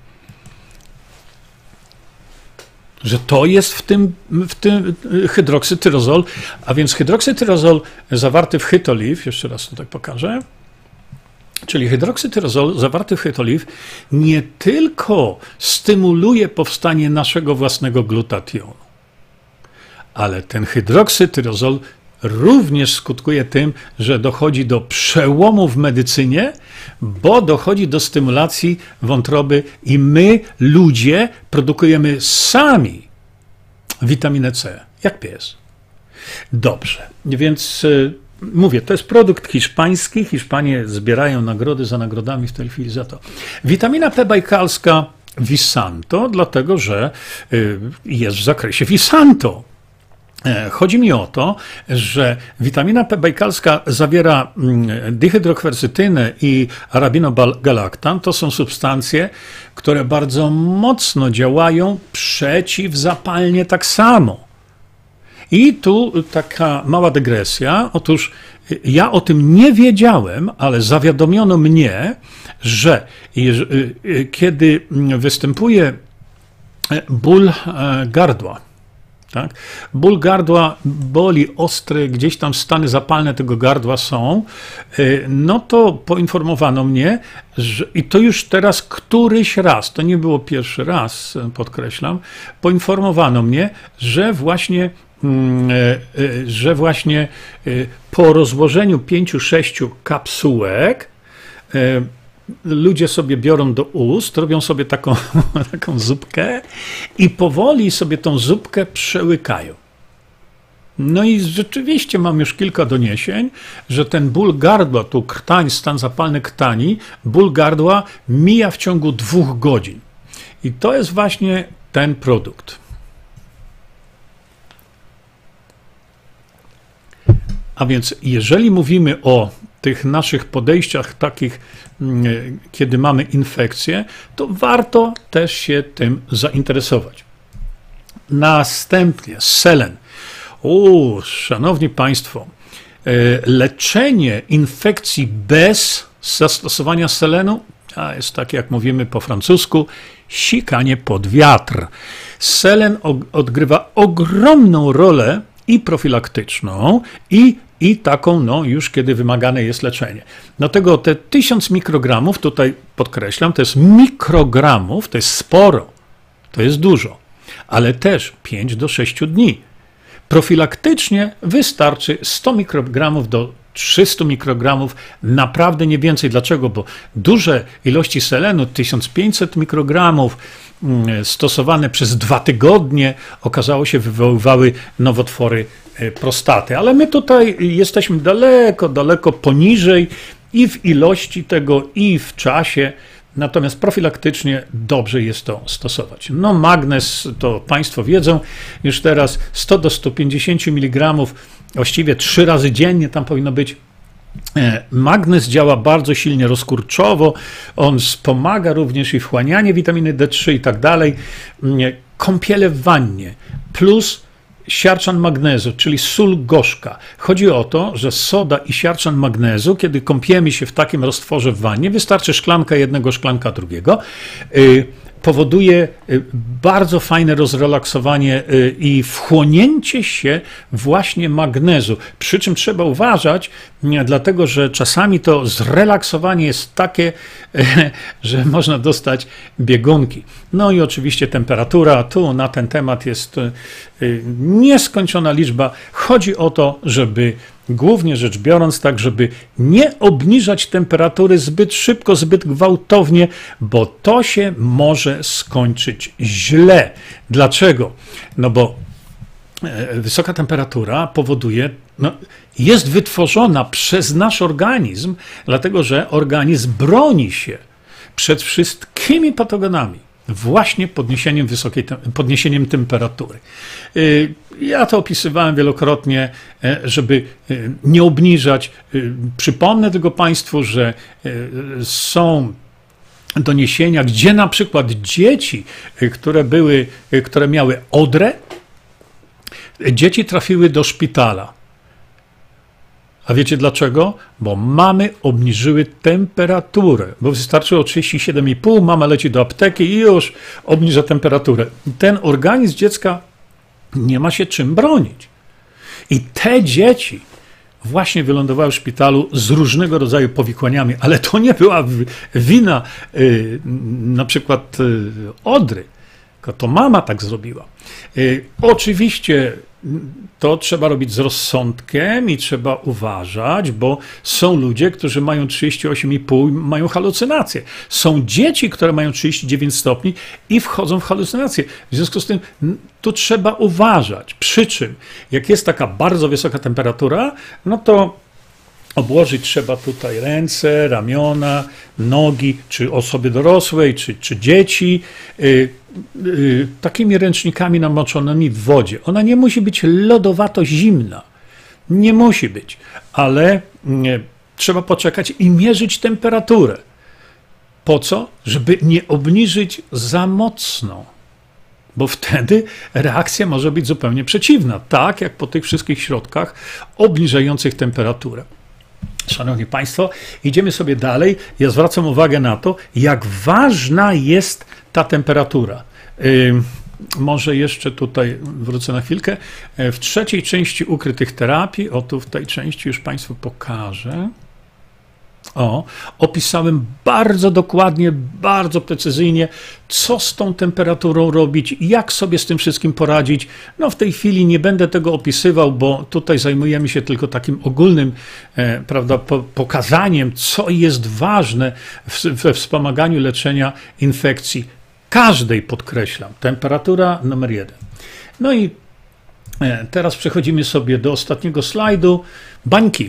że to jest w tym, w tym hydroksytyrozol, a więc hydroksytyrozol zawarty w chytoliv, jeszcze raz to tak pokażę, czyli hydroksytyrozol zawarty w chytoliv nie tylko stymuluje powstanie naszego własnego glutationu, ale ten hydroksytyrozol również skutkuje tym, że dochodzi do przełomu w medycynie, bo dochodzi do stymulacji wątroby i my, ludzie, produkujemy sami witaminę C, jak pies. Dobrze, więc mówię, to jest produkt hiszpański. Hiszpanie zbierają nagrody za nagrodami w tej chwili za to. Witamina P bajkalska Visanto, dlatego że jest w zakresie Visanto. Chodzi mi o to, że witamina P bajkalska zawiera dihydrokwercytynę i arabinogalaktan. To są substancje, które bardzo mocno działają przeciwzapalnie tak samo. I tu taka mała dygresja. Otóż ja o tym nie wiedziałem, ale zawiadomiono mnie, że kiedy występuje ból gardła, Tak? Ból gardła boli, ostry, gdzieś tam stany zapalne tego gardła są, no to poinformowano mnie, że, i to już teraz któryś raz, to nie było pierwszy raz, podkreślam, poinformowano mnie, że właśnie, że właśnie po rozłożeniu pięciu, sześciu kapsułek ludzie sobie biorą do ust, robią sobie taką, taką zupkę i powoli sobie tą zupkę przełykają. No i rzeczywiście mam już kilka doniesień, że ten ból gardła, tu krtań, stan zapalny krtani, ból gardła mija w ciągu dwóch godzin. I to jest właśnie ten produkt. A więc jeżeli mówimy o tych naszych podejściach takich, kiedy mamy infekcję, to warto też się tym zainteresować. Następnie selen. O, szanowni Państwo, leczenie infekcji bez zastosowania selenu, a jest takie, jak mówimy po francusku, sikanie pod wiatr. Selen odgrywa ogromną rolę i profilaktyczną, i, i taką, no już kiedy wymagane jest leczenie. Dlatego te tysiąc mikrogramów, tutaj podkreślam, to jest mikrogramów, to jest sporo, to jest dużo, ale też pięć do sześciu dni. Profilaktycznie wystarczy sto mikrogramów do trzystu mikrogramów, naprawdę nie więcej. Dlaczego? Bo duże ilości selenu, tysiąc pięćset mikrogramów, stosowane przez dwa tygodnie, okazało się, wywoływały nowotwory prostaty. Ale my tutaj jesteśmy daleko, daleko poniżej i w ilości tego, i w czasie. Natomiast profilaktycznie dobrze jest to stosować. No magnez, to Państwo wiedzą, już teraz sto do stu pięćdziesięciu miligramów, właściwie trzy razy dziennie tam powinno być. Magnez działa bardzo silnie rozkurczowo, on wspomaga również i wchłanianie witaminy D trzy i tak dalej. Kąpiele w wannie plus siarczan magnezu, czyli sól gorzka. Chodzi o to, że soda i siarczan magnezu, kiedy kąpiemy się w takim roztworze w wannie, wystarczy szklanka jednego, szklanka drugiego, powoduje bardzo fajne rozrelaksowanie i wchłonięcie się właśnie magnezu. Przy czym trzeba uważać, dlatego że czasami to zrelaksowanie jest takie, że można dostać biegunki. No i oczywiście temperatura, tu na ten temat jest nieskończona liczba. Chodzi o to, żeby głównie rzecz biorąc, tak, żeby nie obniżać temperatury zbyt szybko, zbyt gwałtownie, bo to się może skończyć źle. Dlaczego? No bo wysoka temperatura powoduje, no, jest wytworzona przez nasz organizm, dlatego że organizm broni się przed wszystkimi patogenami właśnie podniesieniem wysokiej, podniesieniem temperatury. Ja to opisywałem wielokrotnie, żeby nie obniżać. Przypomnę tylko Państwu, że są doniesienia, gdzie na przykład dzieci, które były, które miały odrę, dzieci trafiły do szpitala. A wiecie dlaczego? Bo mamy obniżyły temperaturę, bo wystarczyło trzydzieści siedem i pół, mama leci do apteki i już obniża temperaturę. Ten organizm dziecka nie ma się czym bronić. I te dzieci właśnie wylądowały w szpitalu z różnego rodzaju powikłaniami, ale to nie była wina yy, na przykład yy, odry, tylko to mama tak zrobiła. Yy, oczywiście to trzeba robić z rozsądkiem i trzeba uważać, bo są ludzie, którzy mają trzydzieści osiem i pół i mają halucynacje. Są dzieci, które mają trzydzieści dziewięć stopni i wchodzą w halucynacje. W związku z tym tu trzeba uważać. Przy czym, jak jest taka bardzo wysoka temperatura, no to obłożyć trzeba tutaj ręce, ramiona, nogi, czy osoby dorosłej, czy, czy dzieci, yy, yy, takimi ręcznikami namoczonymi w wodzie. Ona nie musi być lodowato zimna. Nie musi być, ale yy, trzeba poczekać i mierzyć temperaturę. Po co? Żeby nie obniżyć za mocno. Bo wtedy reakcja może być zupełnie przeciwna. Tak jak po tych wszystkich środkach obniżających temperaturę. Szanowni Państwo, idziemy sobie dalej. Ja zwracam uwagę na to, jak ważna jest ta temperatura. może jeszcze tutaj wrócę na chwilkę. W trzeciej części ukrytych terapii, o tu w tej części już Państwu pokażę. O, opisałem bardzo dokładnie, bardzo precyzyjnie, co z tą temperaturą robić, jak sobie z tym wszystkim poradzić. No w tej chwili nie będę tego opisywał, bo tutaj zajmujemy się tylko takim ogólnym, e, prawda, po, pokazaniem, co jest ważne w, we wspomaganiu leczenia infekcji. Każdej, podkreślam, temperatura numer jeden. No i e, teraz przechodzimy sobie do ostatniego slajdu. Bańki.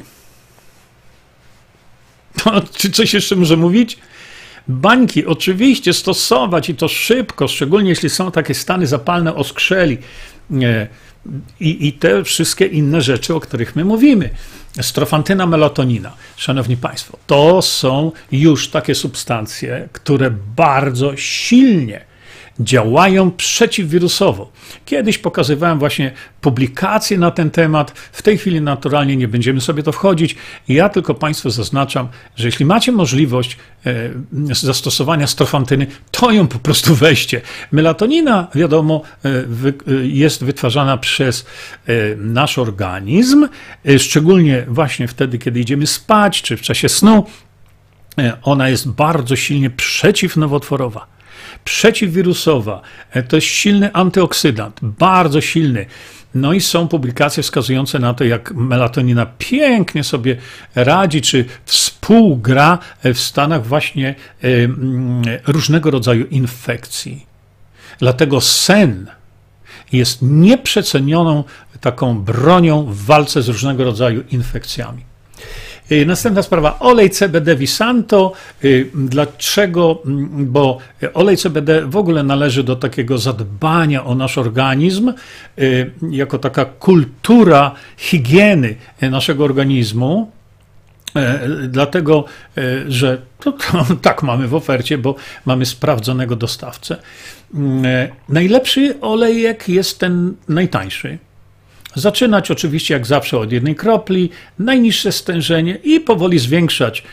No, czy coś jeszcze muszę mówić? Bańki oczywiście stosować i to szybko, szczególnie jeśli są takie stany zapalne oskrzeli e, i, i te wszystkie inne rzeczy, o których my mówimy. Strofantyna, melatonina. Szanowni Państwo, to są już takie substancje, które bardzo silnie działają przeciwwirusowo. Kiedyś pokazywałem właśnie publikacje na ten temat. W tej chwili naturalnie nie będziemy sobie to wchodzić. Ja tylko Państwu zaznaczam, że jeśli macie możliwość e, zastosowania strofantyny, to ją po prostu weźcie. Melatonina, wiadomo, e, wy, e, jest wytwarzana przez e, nasz organizm, e, szczególnie właśnie wtedy, kiedy idziemy spać, czy w czasie snu. E, ona jest bardzo silnie przeciwnowotworowa. Przeciwwirusowa, to jest silny antyoksydant, bardzo silny. No i są publikacje wskazujące na to, jak melatonina pięknie sobie radzi, czy współgra w stanach właśnie różnego rodzaju infekcji. Dlatego sen jest nieprzecenioną taką bronią w walce z różnego rodzaju infekcjami. Następna sprawa, olej C B D Visanto. Dlaczego? Bo olej C B D w ogóle należy do takiego zadbania o nasz organizm, jako taka kultura higieny naszego organizmu. Dlatego, że to, to, tak mamy w ofercie, bo mamy sprawdzonego dostawcę. Najlepszy olejek jest ten najtańszy. Zaczynać oczywiście jak zawsze od jednej kropli, najniższe stężenie i powoli zwiększać.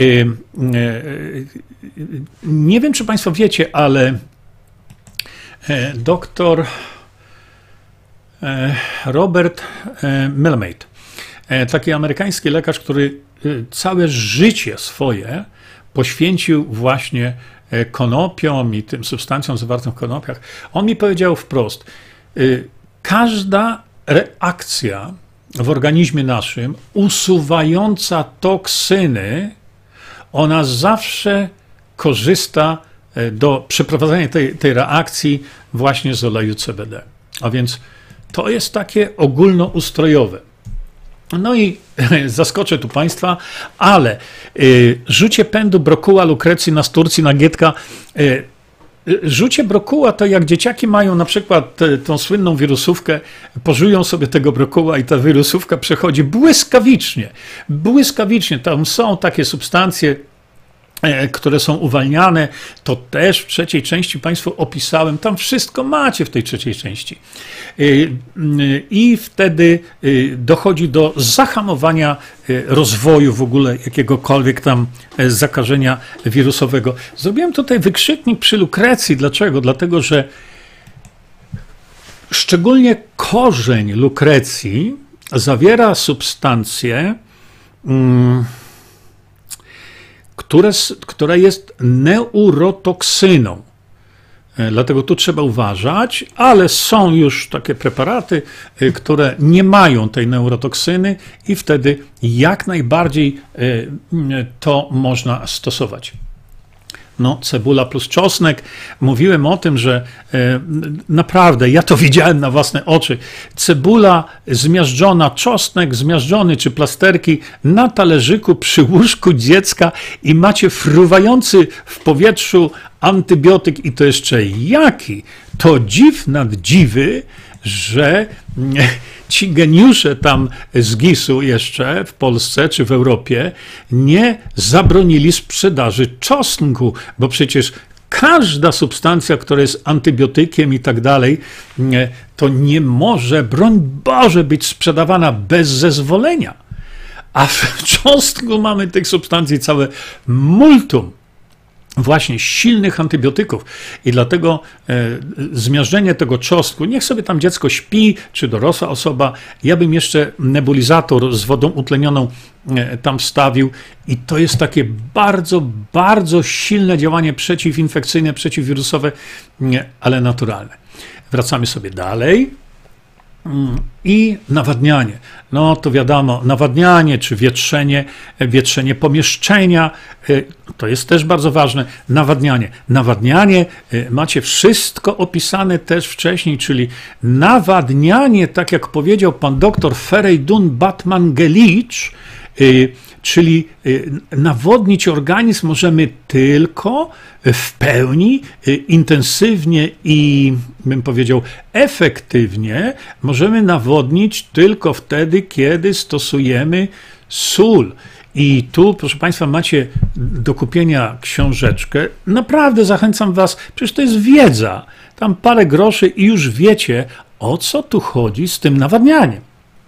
Nie wiem, czy Państwo wiecie, ale doktor Robert Melamate, taki amerykański lekarz, który całe życie swoje poświęcił właśnie konopiom i tym substancjom zawartym w konopiach, on mi powiedział wprost, każda reakcja w organizmie naszym usuwająca toksyny, ona zawsze korzysta do przeprowadzenia tej, tej reakcji właśnie z oleju C B D. A więc to jest takie ogólnoustrojowe. No i zaskoczę tu Państwa, ale y, rzucie pędu brokuła lukrecji na sturcji nagietka. Y, Rzucie brokuła to jak dzieciaki mają na przykład tą słynną wirusówkę, pożują sobie tego brokuła i ta wirusówka przechodzi błyskawicznie. Błyskawicznie. Tam są takie substancje, które są uwalniane. To też w trzeciej części Państwu opisałem. Tam wszystko macie w tej trzeciej części. I wtedy dochodzi do zahamowania rozwoju w ogóle jakiegokolwiek tam zakażenia wirusowego. Zrobiłem tutaj wykrzyknik przy lukrecji. Dlaczego? Dlatego, że szczególnie korzeń lukrecji zawiera substancje, mm, Które, która jest neurotoksyną. Dlatego tu trzeba uważać, ale są już takie preparaty, które nie mają tej neurotoksyny i wtedy jak najbardziej to można stosować. No, cebula plus czosnek. Mówiłem o tym, że e, naprawdę, ja to widziałem na własne oczy. Cebula zmiażdżona, czosnek zmiażdżony, czy plasterki na talerzyku przy łóżku dziecka i macie fruwający w powietrzu antybiotyk i to jeszcze jaki? To dziw nad dziwy, że ci geniusze tam z gisu jeszcze w Polsce czy w Europie nie zabronili sprzedaży czosnku, bo przecież każda substancja, która jest antybiotykiem i tak dalej, to nie może, broń Boże, być sprzedawana bez zezwolenia. A w czosnku mamy tych substancji całe multum. właśnie silnych antybiotyków i dlatego e, zmiażdżenie tego czosnku, niech sobie tam dziecko śpi, czy dorosła osoba, ja bym jeszcze nebulizator z wodą utlenioną e, tam wstawił i to jest takie bardzo, bardzo silne działanie przeciwinfekcyjne, przeciwwirusowe, nie, ale naturalne. Wracamy sobie dalej. I nawadnianie. No to wiadomo, nawadnianie czy wietrzenie, wietrzenie pomieszczenia, to jest też bardzo ważne. Nawadnianie. Nawadnianie, macie wszystko opisane też wcześniej, czyli nawadnianie, tak jak powiedział pan doktor Fereydun Batmangelicz, czyli nawodnić organizm możemy tylko w pełni, intensywnie i, bym powiedział, efektywnie możemy nawodnić tylko wtedy, kiedy stosujemy sól. I tu, proszę Państwa, macie do kupienia książeczkę. Naprawdę zachęcam Was, przecież to jest wiedza. Tam parę groszy i już wiecie, o co tu chodzi z tym nawadnianiem.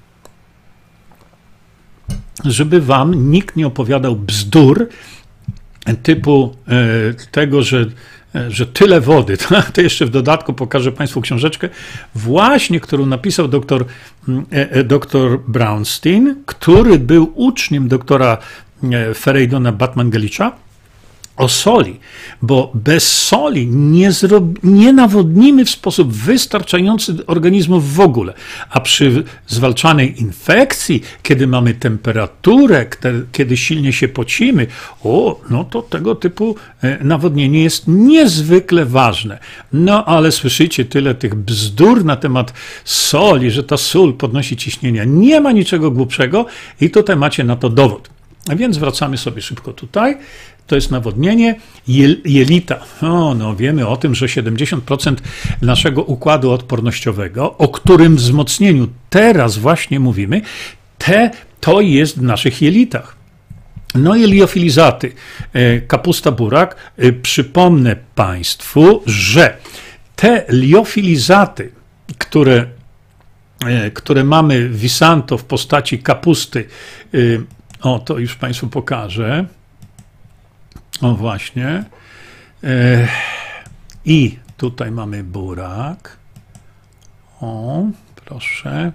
Żeby wam nikt nie opowiadał bzdur typu e, tego, że, e, że tyle wody, to, to jeszcze w dodatku pokażę Państwu książeczkę, właśnie, którą napisał doktor, e, doktor Brownstein, który był uczniem doktora e, Fereyduna Batmangelicza, o soli, bo bez soli nie, zrob- nie nawodnimy w sposób wystarczający organizmów w ogóle, a przy zwalczanej infekcji, kiedy mamy temperaturę, kiedy silnie się pocimy, o, no to tego typu nawodnienie jest niezwykle ważne. No ale słyszycie tyle tych bzdur na temat soli, że ta sól podnosi ciśnienia. Nie ma niczego głupszego i tutaj macie na to dowód. A więc wracamy sobie szybko tutaj. To jest nawodnienie jelita. O, no wiemy o tym, że siedemdziesiąt procent naszego układu odpornościowego, o którym wzmocnieniu teraz właśnie mówimy, te, to jest w naszych jelitach. No i liofilizaty, kapusta, burak. Przypomnę Państwu, że te liofilizaty, które, które mamy w Visanto w postaci kapusty, o, to już Państwu pokażę. O właśnie. I tutaj mamy burak. O, proszę.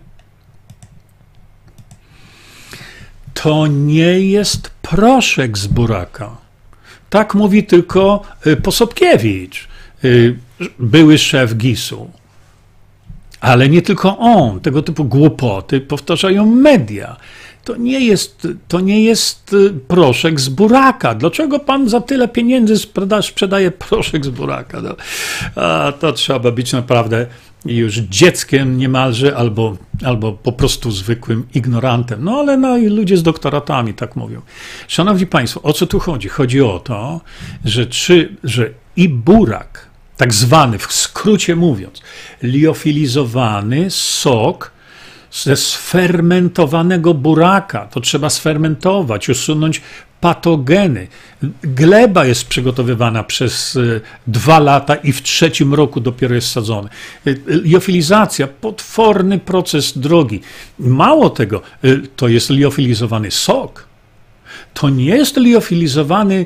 To nie jest proszek z buraka. Tak mówi tylko Posobkiewicz, były szef gisu. Ale nie tylko on. Tego typu głupoty powtarzają media. To nie jest, to nie jest proszek z buraka. Dlaczego pan za tyle pieniędzy sprzeda, sprzedaje proszek z buraka? No, a to trzeba być naprawdę już dzieckiem niemalże, albo, albo po prostu zwykłym ignorantem. No ale no, i ludzie z doktoratami tak mówią. Szanowni Państwo, o co tu chodzi? Chodzi o to, że, czy, że i burak, tak zwany, w skrócie mówiąc, liofilizowany sok ze sfermentowanego buraka. To trzeba sfermentować, usunąć patogeny. Gleba jest przygotowywana przez dwa lata i w trzecim roku dopiero jest sadzony. Liofilizacja, potworny proces drogi. Mało tego, to jest liofilizowany sok. To nie jest liofilizowany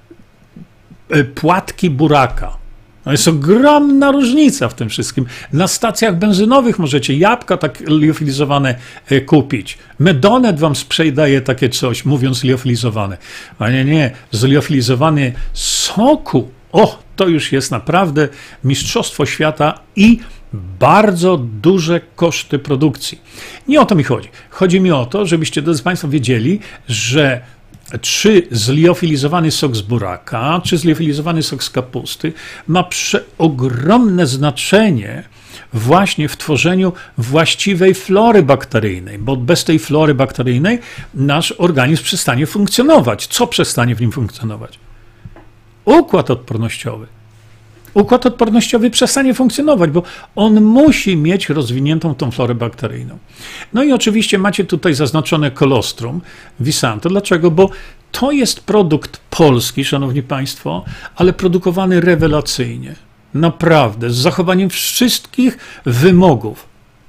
płatki buraka. No jest ogromna różnica w tym wszystkim. Na stacjach benzynowych możecie jabłka tak liofilizowane kupić. Medonet wam sprzedaje takie coś, mówiąc liofilizowane. A nie, nie, zliofilizowany soku. O, to już jest naprawdę mistrzostwo świata i bardzo duże koszty produkcji. Nie o to mi chodzi. Chodzi mi o to, żebyście, drodzy Państwo, wiedzieli, że czy zliofilizowany sok z buraka, czy zliofilizowany sok z kapusty ma przeogromne znaczenie właśnie w tworzeniu właściwej flory bakteryjnej, bo bez tej flory bakteryjnej nasz organizm przestanie funkcjonować. Co przestanie w nim funkcjonować? Układ odpornościowy. Układ odpornościowy przestanie funkcjonować, bo on musi mieć rozwiniętą tą florę bakteryjną. No i oczywiście macie tutaj zaznaczone kolostrum Visanto. Dlaczego? Bo to jest produkt polski, szanowni Państwo, ale produkowany rewelacyjnie. Naprawdę, z zachowaniem wszystkich wymogów.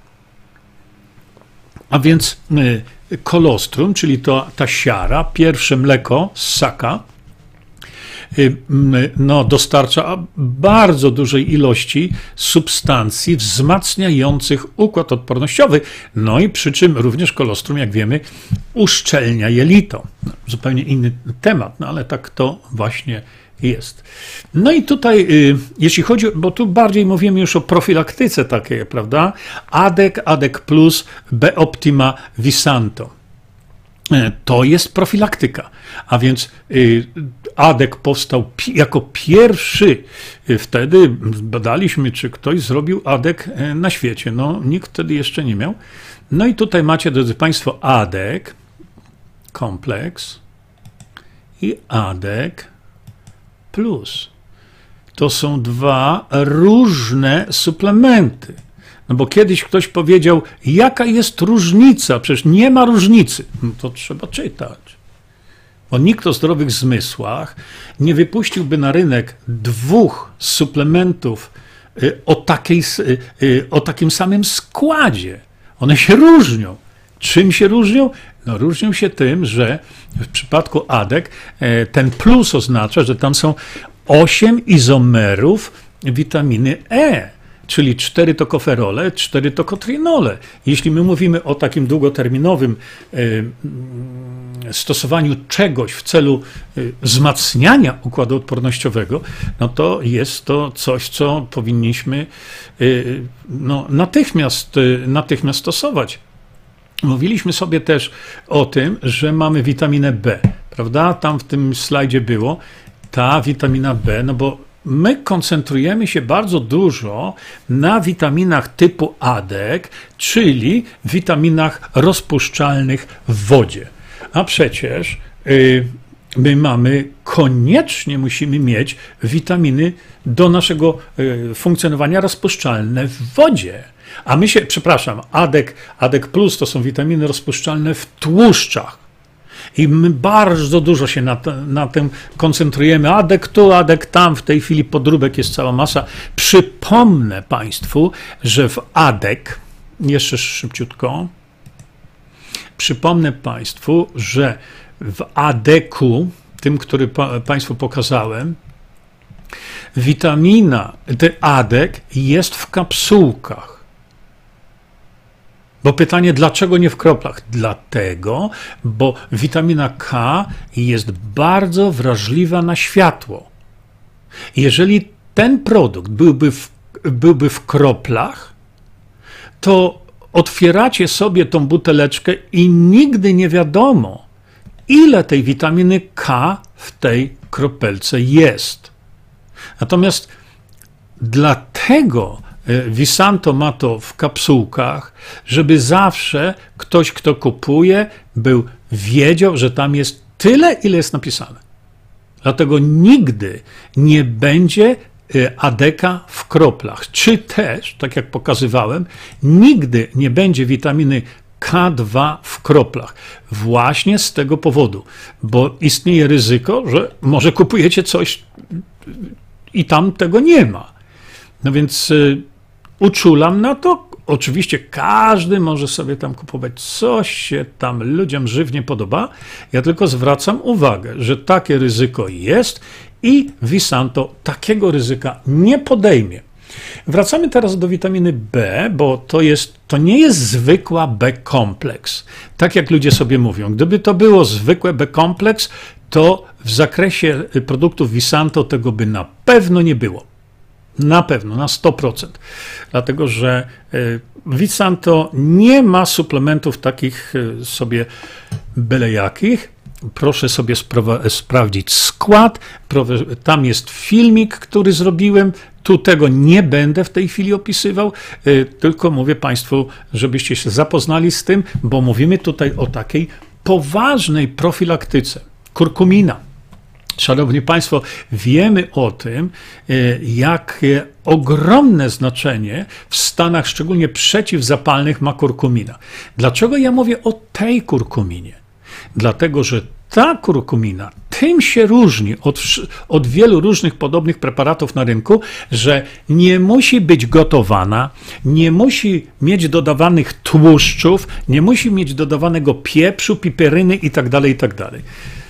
A więc kolostrum, czyli to, ta siara, pierwsze mleko z ssaka, no, dostarcza bardzo dużej ilości substancji wzmacniających układ odpornościowy, no i przy czym również kolostrum, jak wiemy, uszczelnia jelito. No, zupełnie inny temat, no ale tak to właśnie jest. No i tutaj, jeśli chodzi, bo tu bardziej mówimy już o profilaktyce takiej, prawda? Adek, Adek Plus, B-Optima, Visanto. To jest profilaktyka, a więc Adek powstał jako pierwszy. Wtedy badaliśmy, czy ktoś zrobił Adek na świecie. No, nikt wtedy jeszcze nie miał. No i tutaj macie, drodzy Państwo, Adek, kompleks i Adek Plus. To są dwa różne suplementy. No bo kiedyś ktoś powiedział, jaka jest różnica? Przecież nie ma różnicy. No to trzeba czytać. Bo nikt o zdrowych zmysłach nie wypuściłby na rynek dwóch suplementów o, takiej, o takim samym składzie. One się różnią. Czym się różnią? No różnią się tym, że w przypadku Adek ten plus oznacza, że tam są osiem izomerów witaminy E, czyli cztery tokoferole, cztery tokotrinole. Jeśli my mówimy o takim długoterminowym stosowaniu czegoś w celu wzmacniania układu odpornościowego, no to jest to coś, co powinniśmy no, natychmiast, natychmiast stosować. Mówiliśmy sobie też o tym, że mamy witaminę B, prawda? Tam w tym slajdzie było ta witamina B, no bo my koncentrujemy się bardzo dużo na witaminach typu Adek, czyli witaminach rozpuszczalnych w wodzie. A przecież yy, my mamy, koniecznie musimy mieć witaminy do naszego yy, funkcjonowania rozpuszczalne w wodzie. A my się, przepraszam, Adek, Adek Plus to są witaminy rozpuszczalne w tłuszczach. I my bardzo dużo się na, te, na tym koncentrujemy. Adek tu, Adek tam, w tej chwili podróbek jest cała masa. Przypomnę Państwu, że w Adek, jeszcze szybciutko, przypomnę Państwu, że w Adeku, tym, który pa, Państwu pokazałem, witamina, ten Adek jest w kapsułkach. Bo pytanie, dlaczego nie w kroplach? Dlatego, bo witamina K jest bardzo wrażliwa na światło. Jeżeli ten produkt byłby w, byłby w kroplach, to otwieracie sobie tą buteleczkę i nigdy nie wiadomo, ile tej witaminy K w tej kropelce jest. Natomiast dlatego Visanto ma to w kapsułkach, żeby zawsze ktoś, kto kupuje, był wiedział, że tam jest tyle, ile jest napisane. Dlatego nigdy nie będzie Adeka w kroplach. Czy też, tak jak pokazywałem, nigdy nie będzie witaminy K dwa w kroplach. Właśnie z tego powodu, bo istnieje ryzyko, że może kupujecie coś i tam tego nie ma. No więc y, uczulam na to. Oczywiście każdy może sobie tam kupować, co się tam ludziom żywnie podoba. Ja tylko zwracam uwagę, że takie ryzyko jest i Visanto takiego ryzyka nie podejmie. Wracamy teraz do witaminy B, bo to, jest, to nie jest zwykła B-kompleks. Tak jak ludzie sobie mówią. Gdyby to było zwykłe B-kompleks, to w zakresie produktów Visanto tego by na pewno nie było. Na pewno, na sto procent. Dlatego, że Visanto nie ma suplementów takich sobie byle jakich. Proszę sobie spra- sprawdzić skład. Tam jest filmik, który zrobiłem. Tu tego nie będę w tej chwili opisywał, tylko mówię Państwu, żebyście się zapoznali z tym, bo mówimy tutaj o takiej poważnej profilaktyce. Kurkumina. Szanowni Państwo, wiemy o tym, jakie ogromne znaczenie w stanach, szczególnie przeciwzapalnych, ma kurkumina. Dlaczego ja mówię o tej kurkuminie? Dlatego, że ta kurkumina tym się różni od, od wielu różnych podobnych preparatów na rynku, że nie musi być gotowana, nie musi mieć dodawanych tłuszczów, nie musi mieć dodawanego pieprzu, piperyny itd., itd.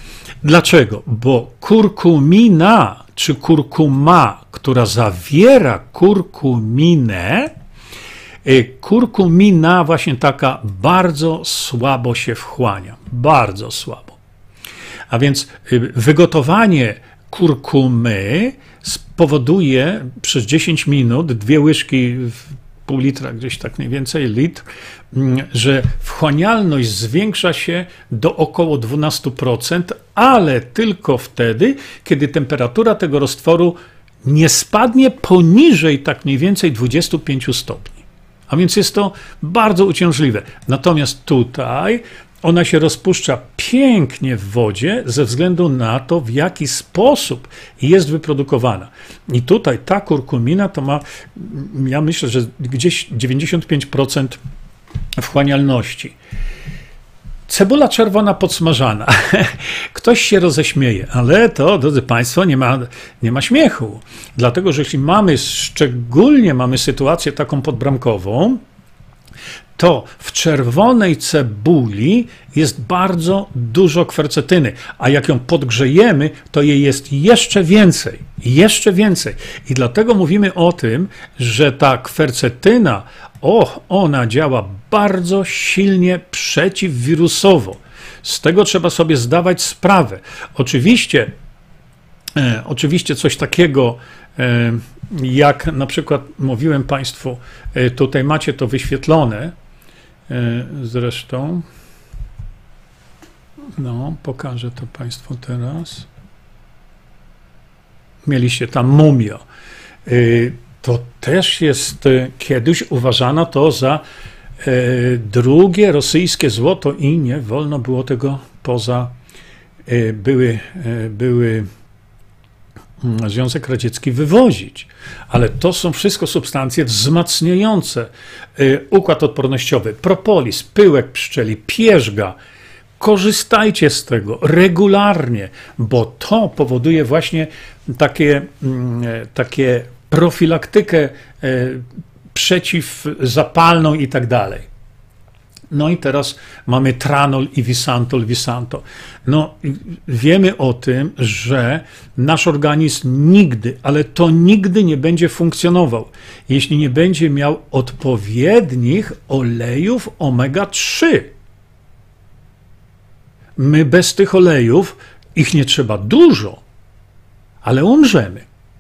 Dlaczego? Bo kurkumina czy kurkuma, która zawiera kurkuminę, kurkumina właśnie taka bardzo słabo się wchłania, bardzo słabo. A więc wygotowanie kurkumy spowoduje przez dziesięć minut, dwie łyżki, pół litra, gdzieś tak mniej więcej, litr, że wchłanialność zwiększa się do około dwanaście procent, ale tylko wtedy, kiedy temperatura tego roztworu nie spadnie poniżej tak mniej więcej dwudziestu pięciu stopni. A więc jest to bardzo uciążliwe. Natomiast tutaj ona się rozpuszcza pięknie w wodzie ze względu na to, w jaki sposób jest wyprodukowana. I tutaj ta kurkumina to ma, ja myślę, że gdzieś dziewięćdziesiąt pięć procent wchłanialności. Cebula czerwona podsmażana. Ktoś się roześmieje, ale to, drodzy Państwo, nie ma, nie ma śmiechu. Dlatego, że jeśli mamy, szczególnie mamy sytuację taką podbramkową, to w czerwonej cebuli jest bardzo dużo kwercetyny, a jak ją podgrzejemy, to jej jest jeszcze więcej, jeszcze więcej. I dlatego mówimy o tym, że ta kwercetyna, o, ona działa bardzo silnie przeciwwirusowo. Z tego trzeba sobie zdawać sprawę. Oczywiście, e, oczywiście coś takiego, e, jak na przykład mówiłem Państwu, e, tutaj macie to wyświetlone, e, zresztą, no, pokażę to Państwu teraz. Mieliście tam mumio. E, to też jest, e, kiedyś uważano to za e, drugie rosyjskie złoto i nie wolno było tego poza, e, były, e, były Związek Radziecki wywozić. Ale to są wszystko substancje wzmacniające układ odpornościowy. Propolis, pyłek pszczeli, pierzga. Korzystajcie z tego regularnie, bo to powoduje właśnie takie, takie profilaktykę przeciwzapalną i tak dalej. No i teraz mamy tranol i visantol, visanto. No, wiemy o tym, że nasz organizm nigdy, ale to nigdy nie będzie funkcjonował, jeśli nie będzie miał odpowiednich olejów omega trzy. My bez tych olejów, ich nie trzeba dużo, ale umrzemy.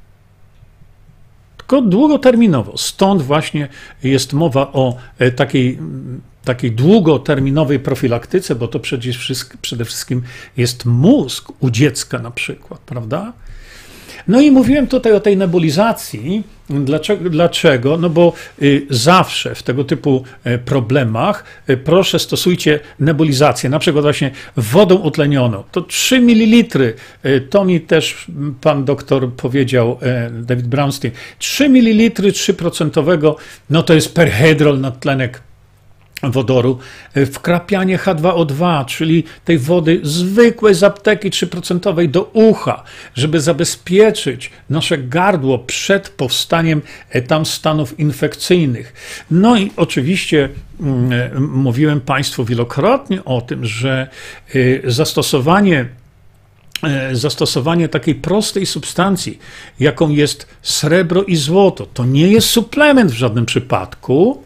Tylko długoterminowo. Stąd właśnie jest mowa o takiej takiej długoterminowej profilaktyce, bo to przecież przede wszystkim jest mózg u dziecka na przykład, prawda? No i mówiłem tutaj o tej nebulizacji. Dlaczego? Dlaczego? No bo y, zawsze w tego typu y, problemach y, proszę stosujcie nebulizację, na przykład właśnie wodą utlenioną. To trzy mililitry, y, to mi też pan doktor powiedział, y, David Brownstein, trzy mililitry trzy procent, no to jest perhydrol nadtlenek wodoru, wkrapianie H dwa O dwa, czyli tej wody zwykłej z apteki trzy procent do ucha, żeby zabezpieczyć nasze gardło przed powstaniem tam stanów infekcyjnych. No i oczywiście mm, mówiłem Państwu wielokrotnie o tym, że y, zastosowanie zastosowanie takiej prostej substancji, jaką jest srebro i złoto, to nie jest suplement w żadnym przypadku,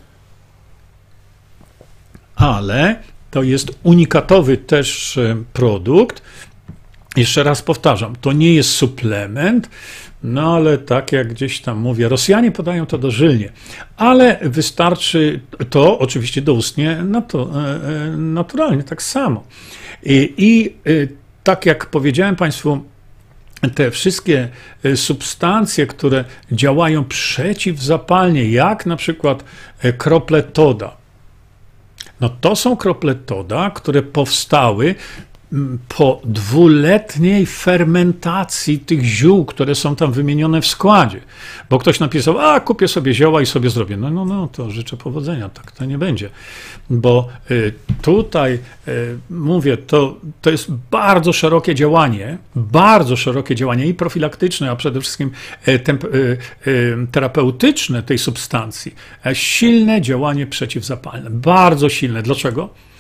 ale to jest unikatowy też produkt. Jeszcze raz powtarzam, to nie jest suplement, no ale tak jak gdzieś tam mówię, Rosjanie podają to dożylnie, ale wystarczy to oczywiście doustnie naturalnie, tak samo. I, i tak jak powiedziałem Państwu, te wszystkie substancje, które działają przeciwzapalnie, jak na przykład krople Toda, no to są krople Toda, które powstały po dwuletniej fermentacji tych ziół, które są tam wymienione w składzie. Bo ktoś napisał, a kupię sobie zioła i sobie zrobię. No, no, no, to życzę powodzenia, tak to nie będzie. Bo y, tutaj, y, mówię, to, to jest bardzo szerokie działanie, bardzo szerokie działanie i profilaktyczne, a przede wszystkim y, temp, y, y, terapeutyczne tej substancji. Silne działanie przeciwzapalne, bardzo silne. Dlaczego?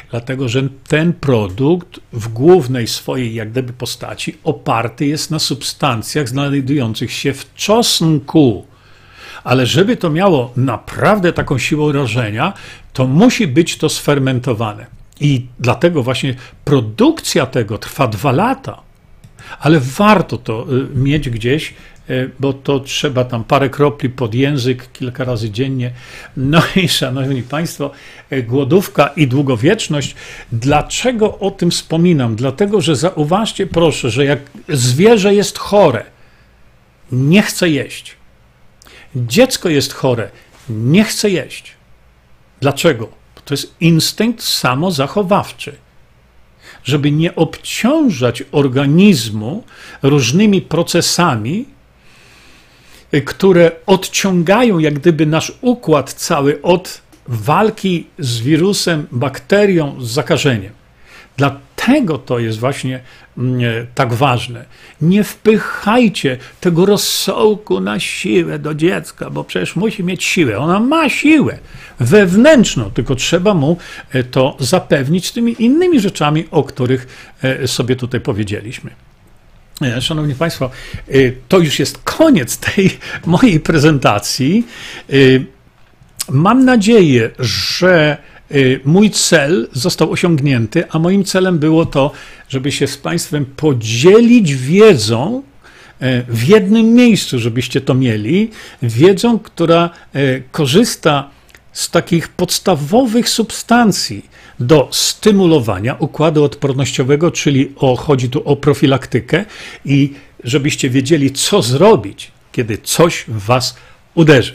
Dlatego, że ten produkt w głównej swojej jak gdyby postaci oparty jest na substancjach znajdujących się w czosnku. Ale żeby to miało naprawdę taką siłę rażenia, to musi być to sfermentowane. I dlatego właśnie produkcja tego trwa dwa lata. Ale warto to mieć gdzieś, bo to trzeba tam parę kropli pod język kilka razy dziennie. No i szanowni państwo, głodówka i długowieczność. Dlaczego o tym wspominam? Dlatego, że zauważcie proszę, że jak zwierzę jest chore, nie chce jeść. Dziecko jest chore, nie chce jeść. Dlaczego? Bo to jest instynkt samozachowawczy. Żeby nie obciążać organizmu różnymi procesami, które odciągają jak gdyby nasz układ cały od walki z wirusem, bakterią, z zakażeniem. Dlatego to jest właśnie tak ważne. Nie wpychajcie tego rozsołku na siłę do dziecka, bo przecież musi mieć siłę. Ona ma siłę wewnętrzną, tylko trzeba mu to zapewnić tymi innymi rzeczami, o których sobie tutaj powiedzieliśmy. Szanowni Państwo, to już jest koniec tej mojej prezentacji. Mam nadzieję, że mój cel został osiągnięty, a moim celem było to, żeby się z Państwem podzielić wiedzą w jednym miejscu, żebyście to mieli, wiedzą, która korzysta z takich podstawowych substancji do stymulowania układu odpornościowego, czyli o, chodzi tu o profilaktykę i żebyście wiedzieli, co zrobić, kiedy coś w Was uderzy.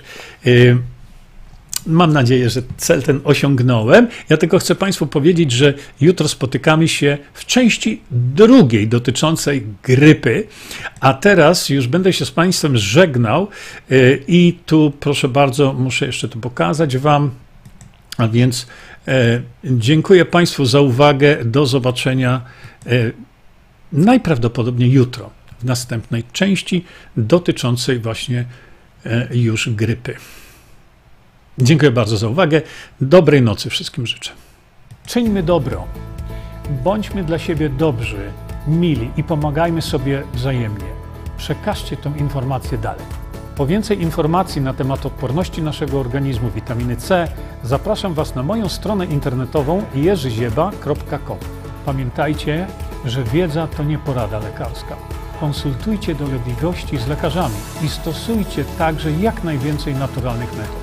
Mam nadzieję, że cel ten osiągnąłem. Ja tylko chcę Państwu powiedzieć, że jutro spotykamy się w części drugiej dotyczącej grypy, a teraz już będę się z Państwem żegnał i tu proszę bardzo, muszę jeszcze to pokazać Wam, a więc dziękuję Państwu za uwagę. Do zobaczenia najprawdopodobniej jutro w następnej części dotyczącej właśnie już grypy. Dziękuję bardzo za uwagę. Dobrej nocy wszystkim życzę. Czyńmy dobro. Bądźmy dla siebie dobrzy, mili i pomagajmy sobie wzajemnie. Przekażcie tę informację dalej. Po więcej informacji na temat odporności naszego organizmu, witaminy C, zapraszam Was na moją stronę internetową jerzy zieba kropka com. Pamiętajcie, że wiedza to nie porada lekarska. Konsultujcie dolegliwości z lekarzami i stosujcie także jak najwięcej naturalnych metod.